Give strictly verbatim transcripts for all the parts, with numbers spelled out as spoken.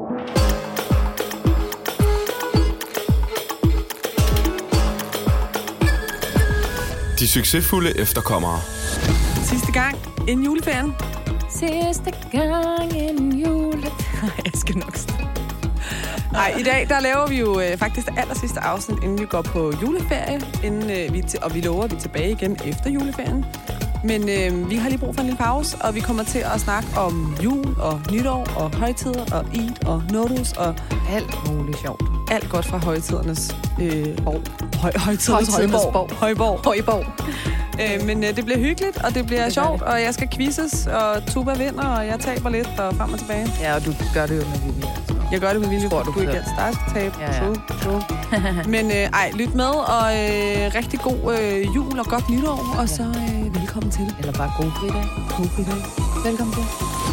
De succesfulde efterkommere. Sidste gang inden juleferien. Sidste gang inden juleferien. Jeg skal nok stå. Nej, i dag der laver vi jo øh, faktisk det aller sidste afsnit, inden vi går på juleferie. Inden, øh, vi t- og vi lover, at vi er tilbage igen efter juleferien. Men øh, vi har lige brug for en lille pause, og vi kommer til at snakke om jul og nytår og højtider og Eid og Nordus og alt muligt sjovt. Alt godt fra højtidernes øh, borg. Høj, højtidernes Højborg. Højborg. Højborg. Øh, men øh, det bliver hyggeligt, og det bliver det sjovt, det. Og jeg skal quizzes, og Tuba vinder, og jeg taber lidt og frem og tilbage. Ja, og du gør det jo med vilje. Jeg gør det med vilje, tror du, du ikke altid dig skal tabe. Ja, ja. True, true. Men øh, ej, lyt med, og øh, rigtig god øh, jul og godt nytår, og ja. så øh, velkommen til. Eller bare god fridag. God fridag. Velkommen til.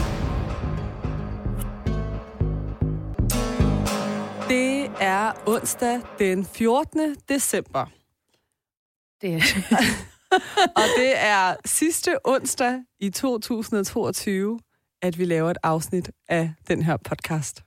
Det er onsdag den fjortende december. Det er Og det er sidste onsdag i to tusind og toogtyve, at vi laver et afsnit af den her podcast.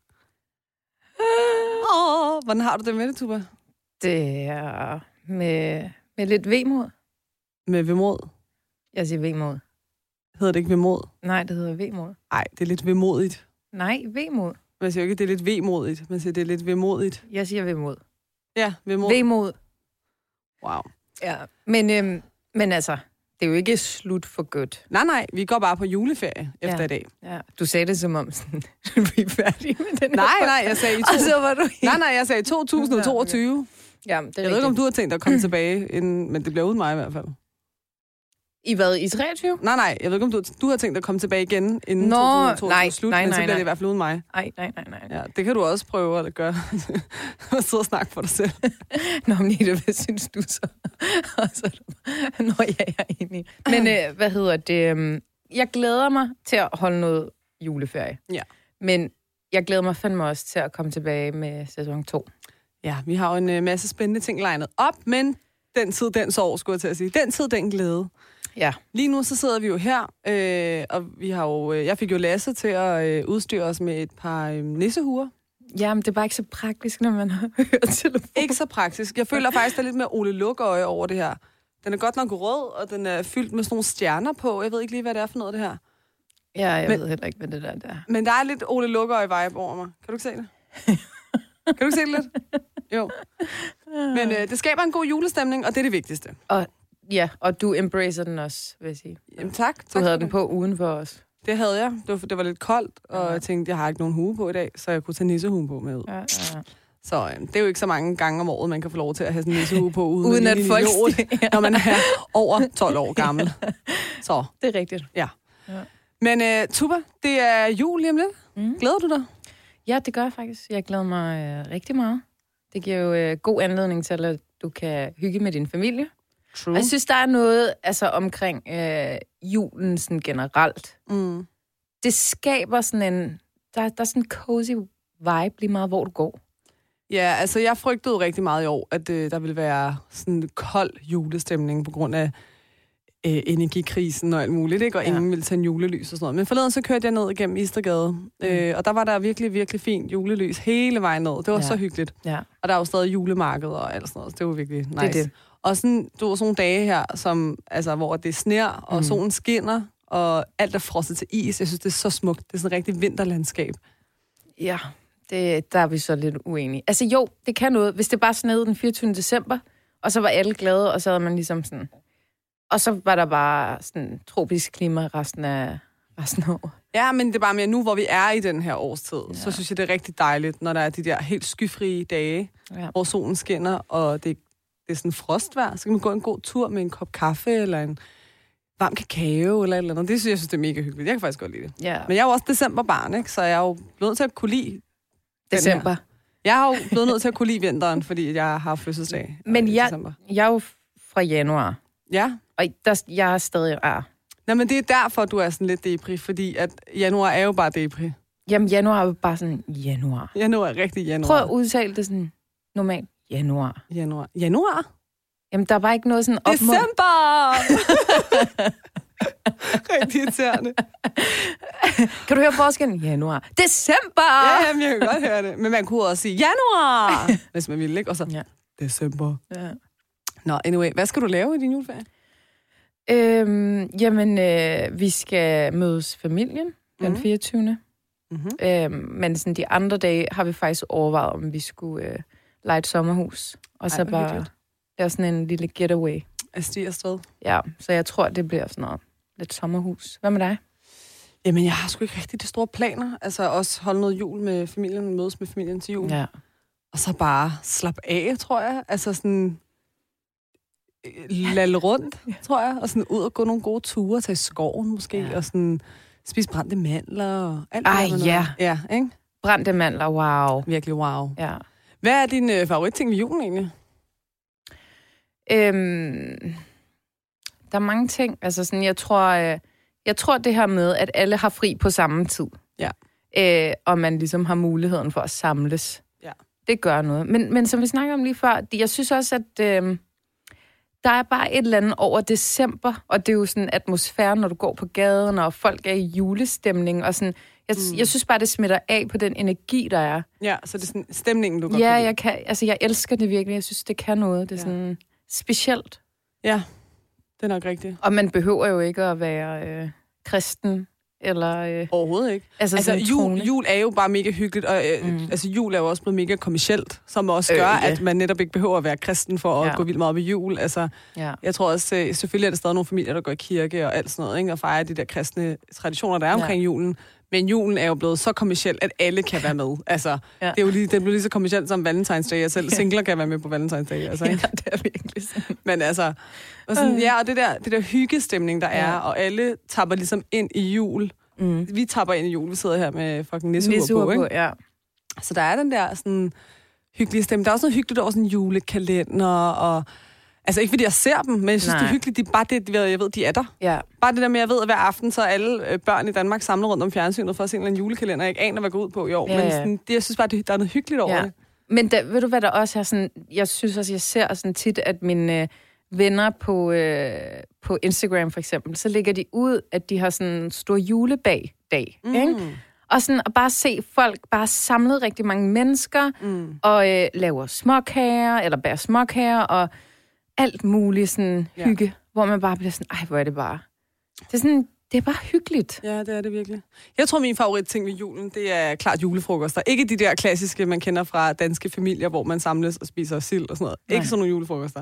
Åh, hvordan har du det med det, Tuba? Det er med, med lidt vemod. Med vemod? Jeg siger vemod. Hedder det ikke vemod? Nej, det hedder vemod. Nej, det er lidt vemodigt. Nej, vemod. Man siger jo ikke, at det er lidt vemodigt. Man siger, det er lidt vemodigt. Jeg siger vemod. Ja, vemod. Vemod. Wow. Ja, men, øhm, men altså, det er jo ikke slut for godt. Nej, nej, vi går bare på juleferie efter ja. i dag. Ja, du sagde det som om, sådan, vi er færdige med den her. Nej, nej, jeg sagde i to... Og så var du helt... Nej, nej, jeg sagde to tusind og toogtyve. Ja, det er jeg ved ikke, om du har tænkt dig at komme tilbage, inden, men det bliver uden mig i hvert fald. I hvad? I treogtyve? Nej, nej, jeg ved ikke, om du, du har tænkt dig at komme tilbage igen, inden Nå, to tusind og toogtyve nej, slut, nej, men så nej, bliver det nej. i hvert fald uden mig. Nej, nej, nej, nej. Ja, det kan du også prøve at gøre. At sidde og snakke for dig selv. Nå, men Nita, hvad synes du så? Og så Nå, ja, jeg er enig. Men øh, hvad hedder det? Øh, jeg glæder mig til at holde noget juleferie. Ja. Men jeg glæder mig fandme også til at komme tilbage med sæson to. Ja, vi har jo en masse spændende ting legnet op, men den tid, den sorg, skulle jeg til at sige. Den tid, den glæde. Ja. Lige nu så sidder vi jo her, øh, og vi har jo, øh, jeg fik jo Lasse til at øh, udstyre os med et par øh, nissehuer. Jamen, det er bare ikke så praktisk, når man har hørt telefon. Ikke så praktisk. Jeg føler faktisk, der er lidt mere Ole Lukøje over det her. Den er godt nok rød, og den er fyldt med sådan nogle stjerner på. Jeg ved ikke lige, hvad det er for noget, det her. Ja, jeg men, ved heller ikke, hvad det der er. Men der er lidt Ole Lukøje-vibe over mig. Kan du ikke se det? Kan du ikke se det lidt? Jo. Men øh, det skaber en god julestemning, og det er det vigtigste. Og ja, og du embracer den også, vil jeg sige. Jamen tak. tak du havde den på uden for os. Det havde jeg. Det var, det var lidt koldt, og ja. jeg tænkte, jeg har ikke nogen hue på i dag, så jeg kunne tage nissehue på med ud. Ja, ja. Så øh, det er jo ikke så mange gange om året, man kan få lov til at have sådan en nissehue på, uden, uden at folk idiot, når man er over tolv år gammel. Så. Det er rigtigt. Ja. ja. Men uh, Tuba, det er jul lige om lidt. Mm. Glæder du dig? Ja, det gør jeg faktisk. Jeg glæder mig øh, rigtig meget. Det giver jo øh, god anledning til, at du kan hygge med din familie. True. Jeg synes, der er noget altså, omkring øh, julen sådan generelt. Mm. Det skaber sådan en... Der, der er sådan en cozy vibe lige meget, hvor du går. Ja, altså jeg frygtede rigtig meget i år, at øh, der ville være sådan en kold julestemning på grund af øh, energikrisen og alt muligt, ikke? Og ja. Ingen ville tænde julelys og sådan noget. Men forleden så kørte jeg ned igennem Istergade, mm. øh, og der var der virkelig, virkelig fint julelys hele vejen ned. Det var ja. så hyggeligt. Ja. Og der er jo stadig julemarked og alt sådan noget, så det var virkelig nice. Det er det. Og sådan, du var sådan nogle dage her, som, altså, hvor det sner, og mm. solen skinner, og alt er frosset til is. Jeg synes, det er så smukt. Det er sådan et rigtigt vinterlandskab. Ja, det, der er vi så lidt uenige. Altså jo, det kan noget. Hvis det bare snede den fireogtyvende december, og så var alle glade, og så havde man ligesom sådan... Og så var der bare sådan tropisk klima resten af, resten af året. Ja, men det er bare mere nu, hvor vi er i den her årstid, ja. Så synes jeg, det er rigtig dejligt, når der er de der helt skyfrie dage, ja. Hvor solen skinner, og det, det er sådan frostvejr. Så kan man gå en god tur med en kop kaffe, eller en varm kakao, eller et eller andet. Det synes jeg, synes, det er mega hyggeligt. Jeg kan faktisk godt lide det. Ja. Men jeg er jo også decemberbarn, ikke? Så jeg er jo blevet nødt til at kunne lide december. Jeg har jo blevet nødt til at kunne lide vinteren, fordi jeg har fødselsdag. Men jeg, jeg er jo fra januar. Ja. Og der, jeg er stadig er. Nej, men det er derfor, du er sådan lidt depri, fordi at januar er jo bare depri. Jamen, januar er jo bare sådan januar. Januar er rigtig januar. Prøv at udtale det sådan normalt. Januar. Januar. Januar? Jamen, der var ikke noget sådan... December! Rigtig irriterende. Kan du høre forskellen? Januar. December! Ja, jamen, jeg kan godt høre det. Men man kunne også sige januar, hvis man ville, ikke? Og så ja. december. Ja. Nå, anyway, hvad skal du lave i din juleferie? Øhm, jamen, øh, vi skal mødes familien den Mhm. fireogtyvende Mm-hmm. Øhm, men sådan de andre dage har vi faktisk overvejet, om vi skulle øh, lege et sommerhus. Og så Ej, hvor bare hyggeligt. lave sådan en lille getaway. Jeg stiger afsted. Ja, så jeg tror, det bliver sådan noget lidt sommerhus. Hvad med dig? Jamen, jeg har sgu ikke rigtig de store planer. Altså, også holde noget jul med familien, mødes med familien til jul. Ja. Og så bare slappe af, tror jeg. Altså sådan lalle rundt, tror jeg. Og sådan ud og gå nogle gode ture, tage i skoven måske, Ja. og sådan spise brændte mandler og alt Ej, det der med ja. noget. Ja, ikke? Brændte mandler, wow. Virkelig wow. Ja. Hvad er din øh, favoritting ved julen egentlig? Øhm, der er mange ting. Altså sådan, jeg tror, øh, jeg tror det her med, at alle har fri på samme tid. Ja. Øh, og man ligesom har muligheden for at samles. Ja. Det gør noget. Men, men som vi snakker om lige før, jeg synes også, at øh, der er bare et eller andet over december, og det er jo sådan atmosfæren, når du går på gaden, og folk er i julestemning, og sådan, jeg, mm. jeg synes bare, det smitter af på den energi, der er. Ja, så det er sådan stemningen, du godt Ja, kan lide. jeg, kan, altså, jeg elsker det virkelig. Jeg synes, det kan noget. Det er Ja. sådan specielt. Ja, det er nok rigtigt. Og man behøver jo ikke at være øh, kristen, eller... Øh, Overhovedet ikke. altså, Altså, sådan jul, troende. jul er jo bare mega hyggeligt, og øh, Mm. altså, jul er jo også blevet mega kommercielt, som også Øh, gør, ja. at man netop ikke behøver at være kristen for at Ja. gå vildt meget op i jul. Altså, Ja. jeg tror også, øh, selvfølgelig er der stadig nogle familier, der går i kirke og alt sådan noget, ikke? Og fejrer de der kristne traditioner, der er omkring Ja. julen. Men julen er jo blevet så kommerciel, at alle kan være med. Altså, Ja. det er jo lige, det blev lige så kommercielt som Valentine's Day. Jeg selv singler kan være med på Valentine's Day. Altså, ikke? Ja, det er virkelig sådan. Men altså, og sådan, ja, og det der, det der hyggestemning, der er, Ja. og alle tapper ligesom ind i jul. Mm. Vi tapper ind i jul, vi sidder her med fucking nisseure Nisseure på, ikke? på, ja. Så der er den der sådan hyggelige stemme. Der er også noget hyggeligt over sådan en julekalender, og altså ikke fordi jeg ser dem, men jeg synes, Nej. det er hyggeligt. De, bare det, jeg ved, de er der. Ja. Bare det der med, at jeg ved, at hver aften, så er alle øh, børn i Danmark samlet rundt om fjernsynet for at se en eller anden julekalender. Jeg ikke aner, hvad går ud på i år. Ja, Men ja. sådan, det, jeg synes bare, det, der er noget hyggeligt over Ja. det. Men der, ved du, hvad der også er sådan... Jeg synes også, jeg ser sådan tit, at mine øh, venner på, øh, på Instagram for eksempel, så lægger de ud, at de har sådan en stor julebag-dag, mm. ikke? Og sådan at bare se folk bare samlet rigtig mange mennesker, Mm. og øh, laver småkager, eller bærer småkager, og alt muligt sådan Ja. hygge, hvor man bare bliver sådan, ej, hvor er det bare... Det er sådan, det er bare hyggeligt. Ja, det er det virkelig. Jeg tror, min favoritting ved julen, det er klart julefrokoster. Ikke de der klassiske, man kender fra danske familier, hvor man samles og spiser sild og sådan noget. Nej. Ikke sådan nogle julefrokoster.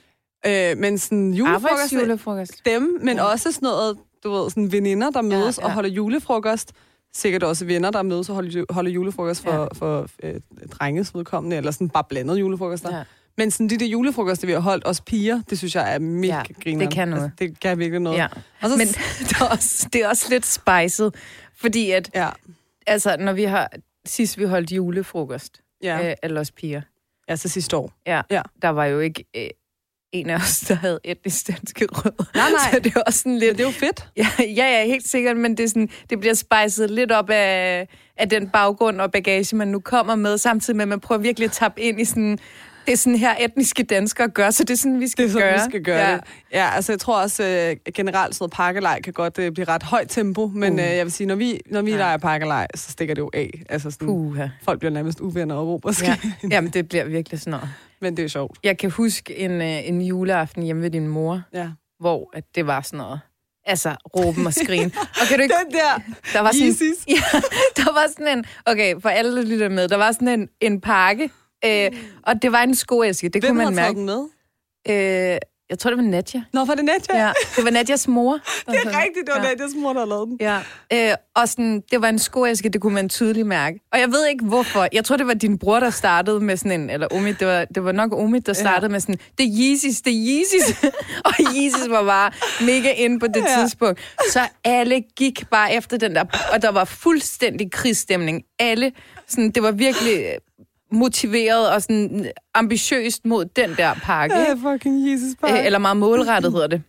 Øh, men sådan julefrokoster, Arbejdsjulefrokost. dem, men ja. også sådan noget, du ved, sådan veninder, der mødes ja, ja. og holder julefrokost. Sikkert også venner, der mødes og holder, holder julefrokost for, ja. for øh, drenges vedkommende, eller sådan bare blandet julefrokoster. Ja. Men sådan de der julefrokoster, vi har holdt, os piger, det synes jeg er mega Ja, grineren. det kan noget. Altså, det kan virkelig noget. Ja. Og så, Men det er, også, det er også lidt spicet, fordi at, ja. altså, når vi har, sidst vi holdt julefrokost, Ja. øh, eller os piger, ja, så sidste år. ja, Ja. der var jo ikke øh, en af os, der havde etnisk danske rødder. Nej, nej. Så det er også sådan lidt... Men det er jo fedt. Ja, ja, ja, helt sikkert, men det, er sådan, det bliver spejset lidt op af, af den baggrund og bagage, man nu kommer med, samtidig med, at man prøver virkelig at tappe ind i sådan... Det er sådan her etniske danskere gør, så det er sådan, vi skal Det er sådan, gøre. vi skal gøre ja. det. Ja, altså jeg tror også øh, generelt sådan noget pakkelej kan godt øh, blive ret højt tempo, men Uh. øh, jeg vil sige, når vi, når vi Ja. leger pakkelej, så stikker det jo af. Altså sådan, Puha. folk bliver nærmest uvenner og råber Ja. Jamen, det bliver virkelig sådan noget. Men det er jo sjovt. Jeg kan huske en, øh, en juleaften hjemme ved din mor, Ja. hvor at det var sådan noget. Altså, råben og skrigen. Og kan du ikke... Den der Der var sådan, Yeezys. ja, der var sådan en... Okay, for alle, der lytter med, der var sådan en, en pakke, øh, og det var en skoæske. Det Hvem kunne har man taget mærke. den med? Øh, jeg tror, det var Nadja. Nå, for det Nadja? Ja, det var Nadjas mor. Det er rigtigt, det var Ja. Nadjas mor, der har lavet den. Ja, øh, og sådan, det var en skoæske, det kunne man tydeligt mærke. Og jeg ved ikke, hvorfor. Jeg tror, det var din bror, der startede med sådan en... Eller Omid, det var, det var nok Omid, der startede ja. med sådan... Det er Yeezys, det er Yeezys. Og Yeezys var bare mega inde på det Ja. tidspunkt. Så alle gik bare efter den der... Og der var fuldstændig krigsstemning. Alle, sådan, det var virkelig motiveret og sådan ambitiøst mod den der pakke. Ja, ikke? fucking Jesus bare. Øh, eller meget målrettet hedder det.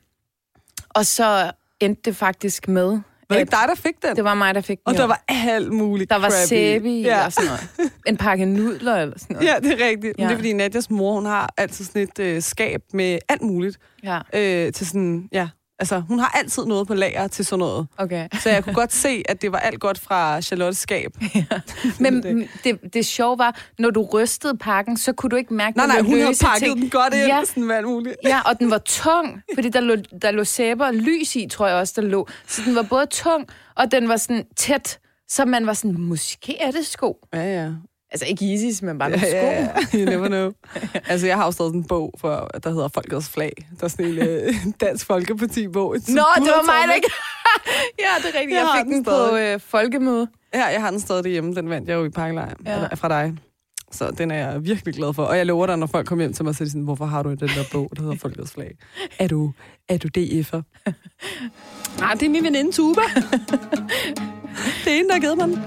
Og så endte det faktisk med... Var det ikke dig, der fik den? Det var mig, der fik den. Og jo. der var alt muligt Der var crappy. sæbe i, Ja. og sådan noget. En pakke nudler eller sådan noget. Ja, det er rigtigt. Ja. Ja. Det er fordi Nadjas mor, hun har altid sådan et øh, skab med alt muligt. Ja. Øh, til sådan, ja, Altså, hun har altid noget på lager til sådan noget. Okay. Så jeg kunne godt se, at det var alt godt fra Charlottes skab. Ja. Men det, det sjove var, når du rystede pakken, så kunne du ikke mærke, nej, nej, hun havde pakket ting. den godt ind, ja. sådan alt muligt. Ja, og den var tung, fordi der lå, der lå sæber og lys i, tror jeg også, der lå. Så den var både tung, og den var sådan tæt, så man var sådan, måske er det sko. Ja, ja. Altså ikke Yeezys, men bare nogle ja, sko. Ja, ja. You never know. Altså, jeg har jo stadig sådan en bog, for, der hedder Folkets Flag. Der er sådan en uh, Dansk Folkeparti-bog. Nå, det var mig, der ikke... ja, det er rigtigt. Jeg, jeg fik den, den på øh, folkemøde. Ja, jeg har den stadig derhjemme. Den vandt jeg jo i pakkelejr ja. fra dig. Så den er jeg virkelig glad for. Og jeg lover dig, når folk kommer hjem til mig, så er de sådan, hvorfor har du den der bog, der hedder Folkets Flag? Er du, er du D F'er? Nej, det er min veninde Tuba. Det er en, der har givet mig den.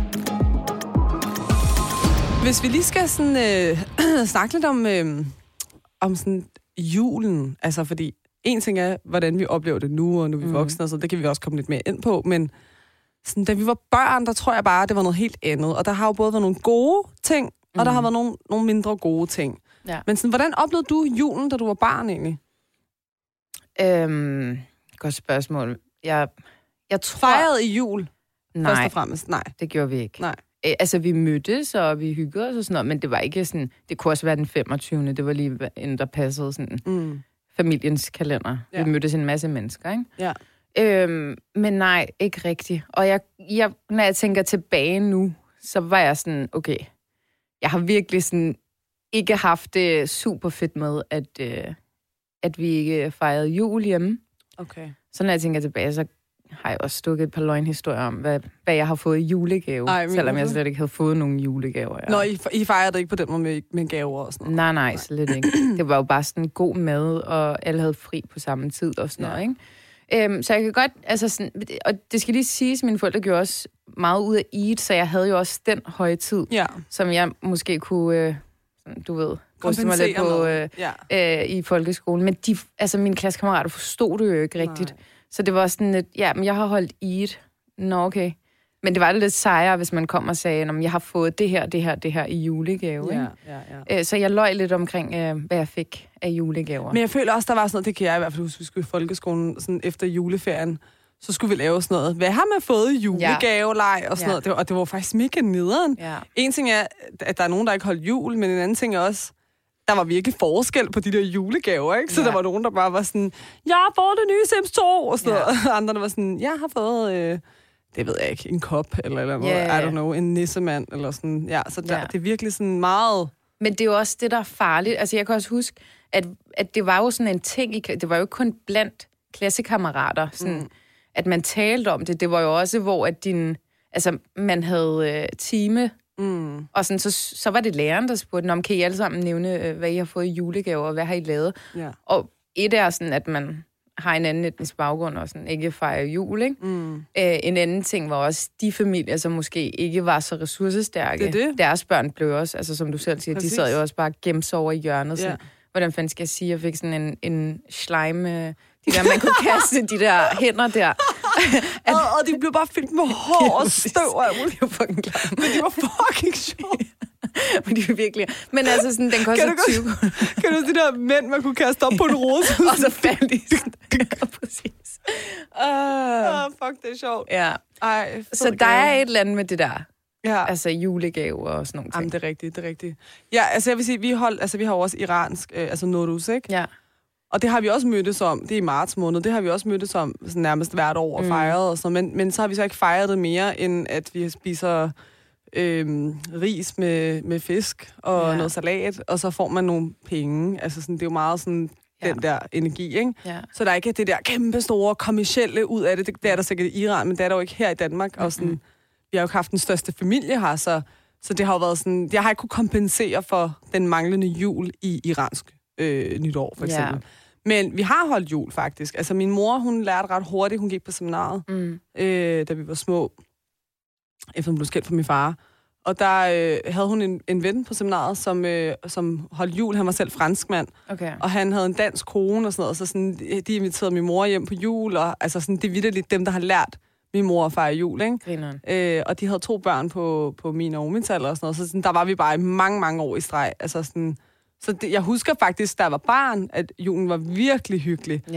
Hvis vi lige skal sådan, øh, snakke lidt om, øh, om sådan julen, altså fordi en ting er, hvordan vi oplever det nu, og nu er vi voksne, mm. så det kan vi også komme lidt mere ind på, men sådan, da vi var børn, der tror jeg bare, det var noget helt andet, og der har jo både været nogle gode ting, og mm. der har været nogle, nogle mindre gode ting. Ja. Men sådan, hvordan oplevede du julen, da du var barn egentlig? Øhm, godt spørgsmål. Jeg, jeg tror... Fejrede I jul? Nej. Først og fremmest, nej. Det gjorde vi ikke. Nej. Altså, vi mødtes, og vi hyggede os og sådan noget, men det var ikke sådan... Det kunne også være den femogtyvende Det var lige en, der passede sådan mm. familiens kalender. Ja. Vi mødtes en masse mennesker, ikke? Ja. Øhm, men nej, ikke rigtigt. Og jeg, jeg, når jeg tænker tilbage nu, så var jeg sådan, okay, jeg har virkelig sådan ikke haft det super fedt med, at, øh, at vi ikke fejrede jul hjemme. Okay. Så når jeg tænker tilbage, så har jeg også stukket et par løgnhistorier om, hvad, hvad jeg har fået i julegave, Ej, selvom jeg slet ikke havde fået nogen julegaver. Ja. Nå, I, I fejrede ikke på den måde med, med gaver og sådan noget? Nej, nej, slet ikke. Det var jo bare sådan god mad, og alle havde fri på samme tid og sådan ja. noget, ikke? Øhm, så jeg kan godt, altså sådan, og det skal lige siges, mine forældre gjorde også meget ud af Eid, så jeg havde jo også den højtid, ja. som jeg måske kunne, øh, sådan, du ved, bryste mig lidt på øh, ja. øh, i folkeskolen. Men de, altså mine klassekammerater forstod det jo ikke rigtigt. Nej. Så det var sådan lidt, ja, men jeg har holdt Eid. Nå, okay. Men det var lidt sejere, hvis man kom og sagde, at jeg har fået det her, det her, det her i julegave. Ja, ikke? ja, ja. Så jeg løj lidt omkring, hvad jeg fik af julegaver. Men jeg føler også, der var sådan noget, det kan jeg i hvert fald huske, vi skulle i folkeskolen sådan efter juleferien, så skulle vi lave sådan noget. Hvad har man fået i julegaveleg og sådan ja. noget? Det var, og det var faktisk mega nederen. Ja. En ting er, at der er nogen, der ikke holdt jul, men en anden ting er også, der var virkelig forskel på de der julegaver, ikke? Så ja. der var nogen, der bare var sådan, jeg har fået det nye Sims to, og sådan ja. noget. Og andre, der var sådan, jeg har fået, øh, det ved jeg ikke, en kop, eller, eller noget, yeah. I don't know, en nissemand, eller sådan. Ja, så der, ja. det er virkelig sådan meget... Men det er jo også det, der er farligt. Altså, jeg kan også huske, at, at det var jo sådan en ting, det var jo kun blandt klassekammerater, sådan, mm. at man talte om det. Det var jo også, hvor at din, altså, man havde øh, time... Mm. Og sådan, så, så var det læreren, der spurgte, om kan I alle sammen nævne, hvad I har fået i julegaver, og hvad har I lavet? Yeah. Og et er sådan, at man har en anden etnisk baggrund, og sådan ikke fejrer jul, ikke? Mm. Æ, en anden ting var også de familier, som måske ikke var så ressourcestærke. Det det. Deres børn blev også, altså som du selv siger, Præcis. de sad jo også bare gemt over i hjørnet. Sådan, yeah. Hvordan fanden skal jeg sige, jeg fik sådan en, en slime... De der, man kunne kaste de der hænder der. At, og, og de blev bare fyldt med hår og støv. De var fucking klar. Men de var fucking sjove. Men de var virkelig... Men altså sådan, den koster tyve. Kan du se de der mænd, man kunne kaste op på en rose? Og så faldt de. Ja, præcis. Uh, oh, fuck, det er sjovt. Ja. Ej, så der er et eller andet med det der. Ja. Altså julegaver og sådan nogle ting. Jamen, det er rigtigt, det er rigtigt. Ja, altså jeg vil sige, vi, hold, altså, vi har jo også iransk, øh, altså Nowruz, ikke? Ja. Og det har vi også mødtes om, det er i marts måned, det har vi også mødtes om sådan nærmest hvert år og mm. fejret og sådan men, men så har vi så ikke fejret det mere, end at vi spiser øh, ris med, med fisk og ja. noget salat, og så får man nogle penge. Altså sådan, det er jo meget sådan ja. den der energi, ikke? Ja. Så der er ikke det der kæmpe store kommercielle ud af det. Det, det er der sikkert i Iran, men det er der jo ikke her i Danmark. Mm-hmm. Og sådan, vi har jo haft den største familie her, så, så det har jo været sådan, jeg har ikke kunne kompensere for den manglende jul i iransk øh, nytår, for eksempel. Ja. Men vi har holdt jul, faktisk. Altså, min mor, hun lærte ret hurtigt. Hun gik på seminaret, mm. øh, da vi var små. Efter hun blev skilt fra min far. Og der øh, havde hun en, en ven på seminaret, som, øh, som holdt jul. Han var selv franskmand. Okay. Og han havde en dansk kone og sådan noget. Så sådan, de inviterede min mor hjem på jul. Og altså, sådan, det er vitterligt dem, der har lært min mor at fejre jul, ikke? Øh, og de havde to børn på, på min og min alder og sådan noget. Så sådan, der var vi bare i mange, mange år i streg. Altså sådan... Så det, jeg husker faktisk, da jeg var barn, at julen var virkelig hyggelig. Ja.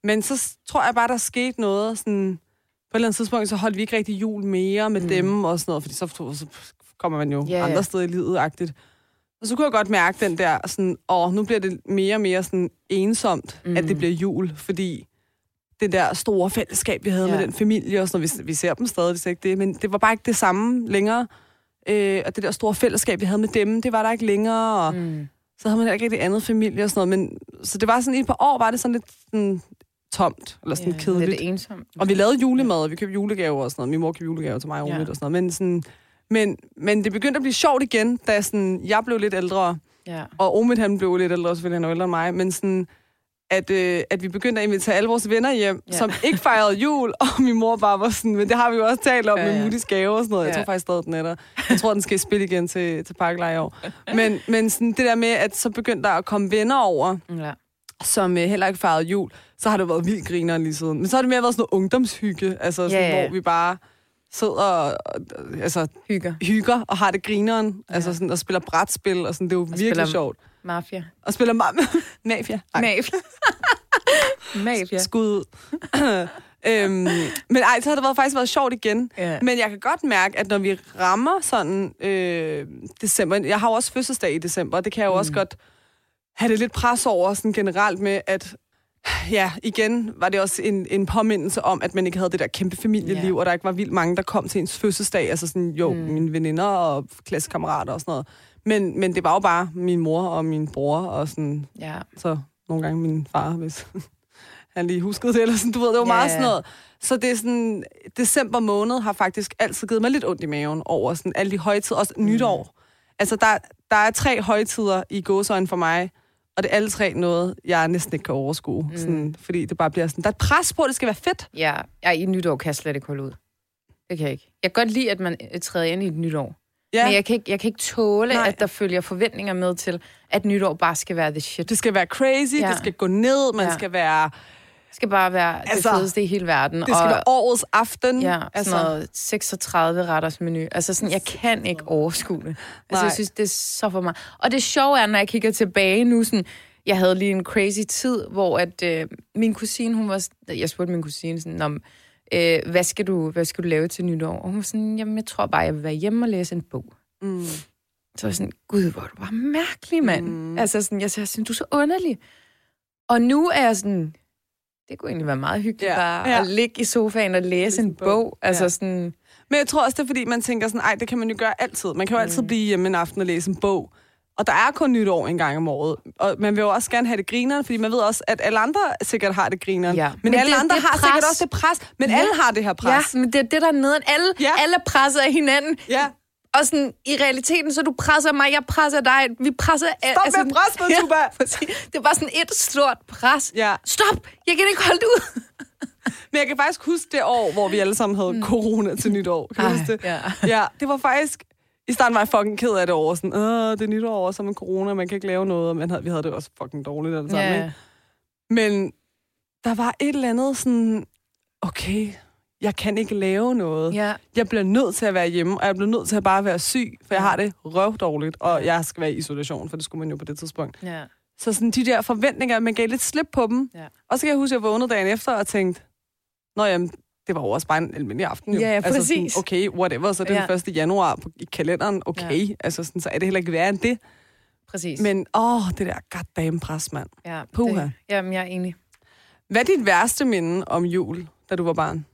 Men så tror jeg bare, der skete noget sådan... På et eller andet tidspunkt, så holdt vi ikke rigtig jul mere med mm. dem og sådan noget, fordi så, så kommer man jo yeah, andre steder i livet-agtigt. Og så kunne jeg godt mærke den der, sådan, åh, nu bliver det mere og mere sådan ensomt, mm. at det bliver jul, fordi det der store fællesskab, vi havde yeah. med den familie og sådan noget, vi, vi ser dem stadig, det er ikke det, men det var bare ikke det samme længere. Øh, og det der store fællesskab, vi havde med dem, det var der ikke længere, og mm. så havde man ikke rigtig andet familie og sådan noget, men så det var sådan i et par år, var det sådan lidt sådan, tomt, eller sådan yeah, kedeligt. Lidt ensomt. Og vi lavede julemad, og vi købte julegaver og sådan noget. Min mor købte julegaver til mig og, yeah. og sådan noget. Men, sådan, men, men det begyndte at blive sjovt igen, da sådan, jeg blev lidt ældre, yeah. og Omid han blev lidt ældre, selvfølgelig han er ældre end mig, men sådan, at, øh, at vi begyndte at invitere alle vores venner hjem, yeah. som ikke fejrede jul, og min mor bare var sådan, men det har vi jo også talt om yeah, med Moody's gave og sådan noget. Jeg yeah. tror faktisk stadig, den er der. Jeg tror, den skal spille igen til, til Parkleje i år. Men, men sådan, det der med, at så begyndte der at komme venner over, yeah. som øh, heller ikke fejrede jul, så har det været vildt griner lige siden. Men så har det mere været sådan noget ungdomshygge, altså sådan, yeah, yeah. hvor vi bare sidder og, altså, hygger. hygger og har det grineren, yeah. altså sådan, og spiller brætspil, og sådan, det er jo og virkelig sjovt. Mafia. Og spiller ma- Mafia. Mafia. Mafia. Skud. øhm, men ej, så har det været, faktisk været sjovt igen. Yeah. Men jeg kan godt mærke, at når vi rammer sådan øh, december, jeg har jo også fødselsdag i december, det kan jeg jo mm. også godt have det lidt pres over sådan generelt med, at ja, igen var det også en, en påmindelse om, at man ikke havde det der kæmpe familieliv, yeah. og der ikke var vildt mange, der kom til ens fødselsdag. Altså sådan, jo, mm. mine veninder og klassekammerater og sådan noget. Men, men det var jo bare min mor og min bror, og sådan, yeah. så nogle gange min far, hvis han lige huskede det, eller sådan, du ved, det var yeah. meget sådan noget. Så det er sådan, december måned har faktisk altid givet mig lidt ondt i maven over sådan alle de højtider, også mm. nytår. Altså, der, der er tre højtider i gåseøjne for mig, og det er alle tre noget, jeg næsten ikke kan overskue. Mm. Sådan, fordi det bare bliver sådan, der er et pres på, at det skal være fedt. Ja, jeg i nytår kan jeg slet ikke holde ud. Det kan jeg ikke. Jeg kan godt lide, at man træder ind i et nytår. Ja. Men jeg kan ikke, jeg kan ikke tåle, Nej. at der følger forventninger med til, at nytår bare skal være the shit. Det skal være crazy, ja. det skal gå ned, man ja. skal være... Det skal bare være altså, det fedeste i hele verden. Det skal og, være årets aften. Ja, altså sådan noget seksogtredive retters menu. Altså sådan, jeg kan ikke overskue det. Altså, jeg synes, det er så for mig. Og det sjove er, når jeg kigger tilbage nu, sådan, jeg havde lige en crazy tid, hvor at øh, min kusine, hun var... Jeg spurgte min kusine sådan, om, øh, hvad, skal du, hvad skal du lave til nytår? Og hun var sådan, jamen, jeg tror bare, jeg vil være hjemme og læse en bog. Mm. Så var jeg sådan, gud, hvor du var mærkelig, mand. Mm. Altså sådan, jeg sagde sådan, du er så underlig. Og nu er jeg sådan... Det kunne egentlig være meget hyggeligt ja. bare ja. at ligge i sofaen og læse en bog. bog. Altså ja. sådan... Men jeg tror også, det er fordi, man tænker sådan, ej, det kan man jo gøre altid. Man kan jo mm. altid blive hjemme en aften og læse en bog. Og der er kun nytår en gang om året. Og man vil jo også gerne have det grineren, fordi man ved også, at alle andre sikkert har det grineren. Ja. Men, men alle det, andre det har pres. sikkert også det pres. Men ja. alle har det her pres. Ja, men det er det, der er neden. Alle, ja. alle presser af hinanden. Ja. Og sådan, i realiteten, så du presser mig, jeg presser dig, vi presser... Stop altså, med pres, med Tuba! Ja, det er bare sådan et stort pres. Ja. Stop! Jeg kan ikke holde det ud! Men jeg kan faktisk huske det år, hvor vi alle sammen havde mm. corona til nytår. Kan du huske det? Ja. ja, det var faktisk... I starten var jeg fucking ked af det over. Sådan, åh, det er nytår, og så med corona, man kan ikke lave noget. Men vi havde det også fucking dårligt alle sammen. Yeah. Men der var et eller andet sådan... Okay... Jeg kan ikke lave noget. Ja. Jeg bliver nødt til at være hjemme, og jeg bliver nødt til at bare være syg, for jeg har det røvdårligt, og jeg skal være i isolation, for det skulle man jo på det tidspunkt. Ja. Så sådan de der forventninger, man gav lidt slip på dem. Ja. Og så kan jeg huske, at jeg vågnede dagen efter og tænkte, nå jamen, det var jo også bare en almindelig aften. Jo. Ja, ja, altså, præcis. Sådan, okay, whatever, så det er ja. den første januar på, i kalenderen, okay. Ja. Altså, sådan, så er det heller ikke værre end det. Præcis. Men åh, det der goddamn pres, mand. Ja, det, jamen, jeg er enig. Hvad er dit værste minde om jul, da du var barn?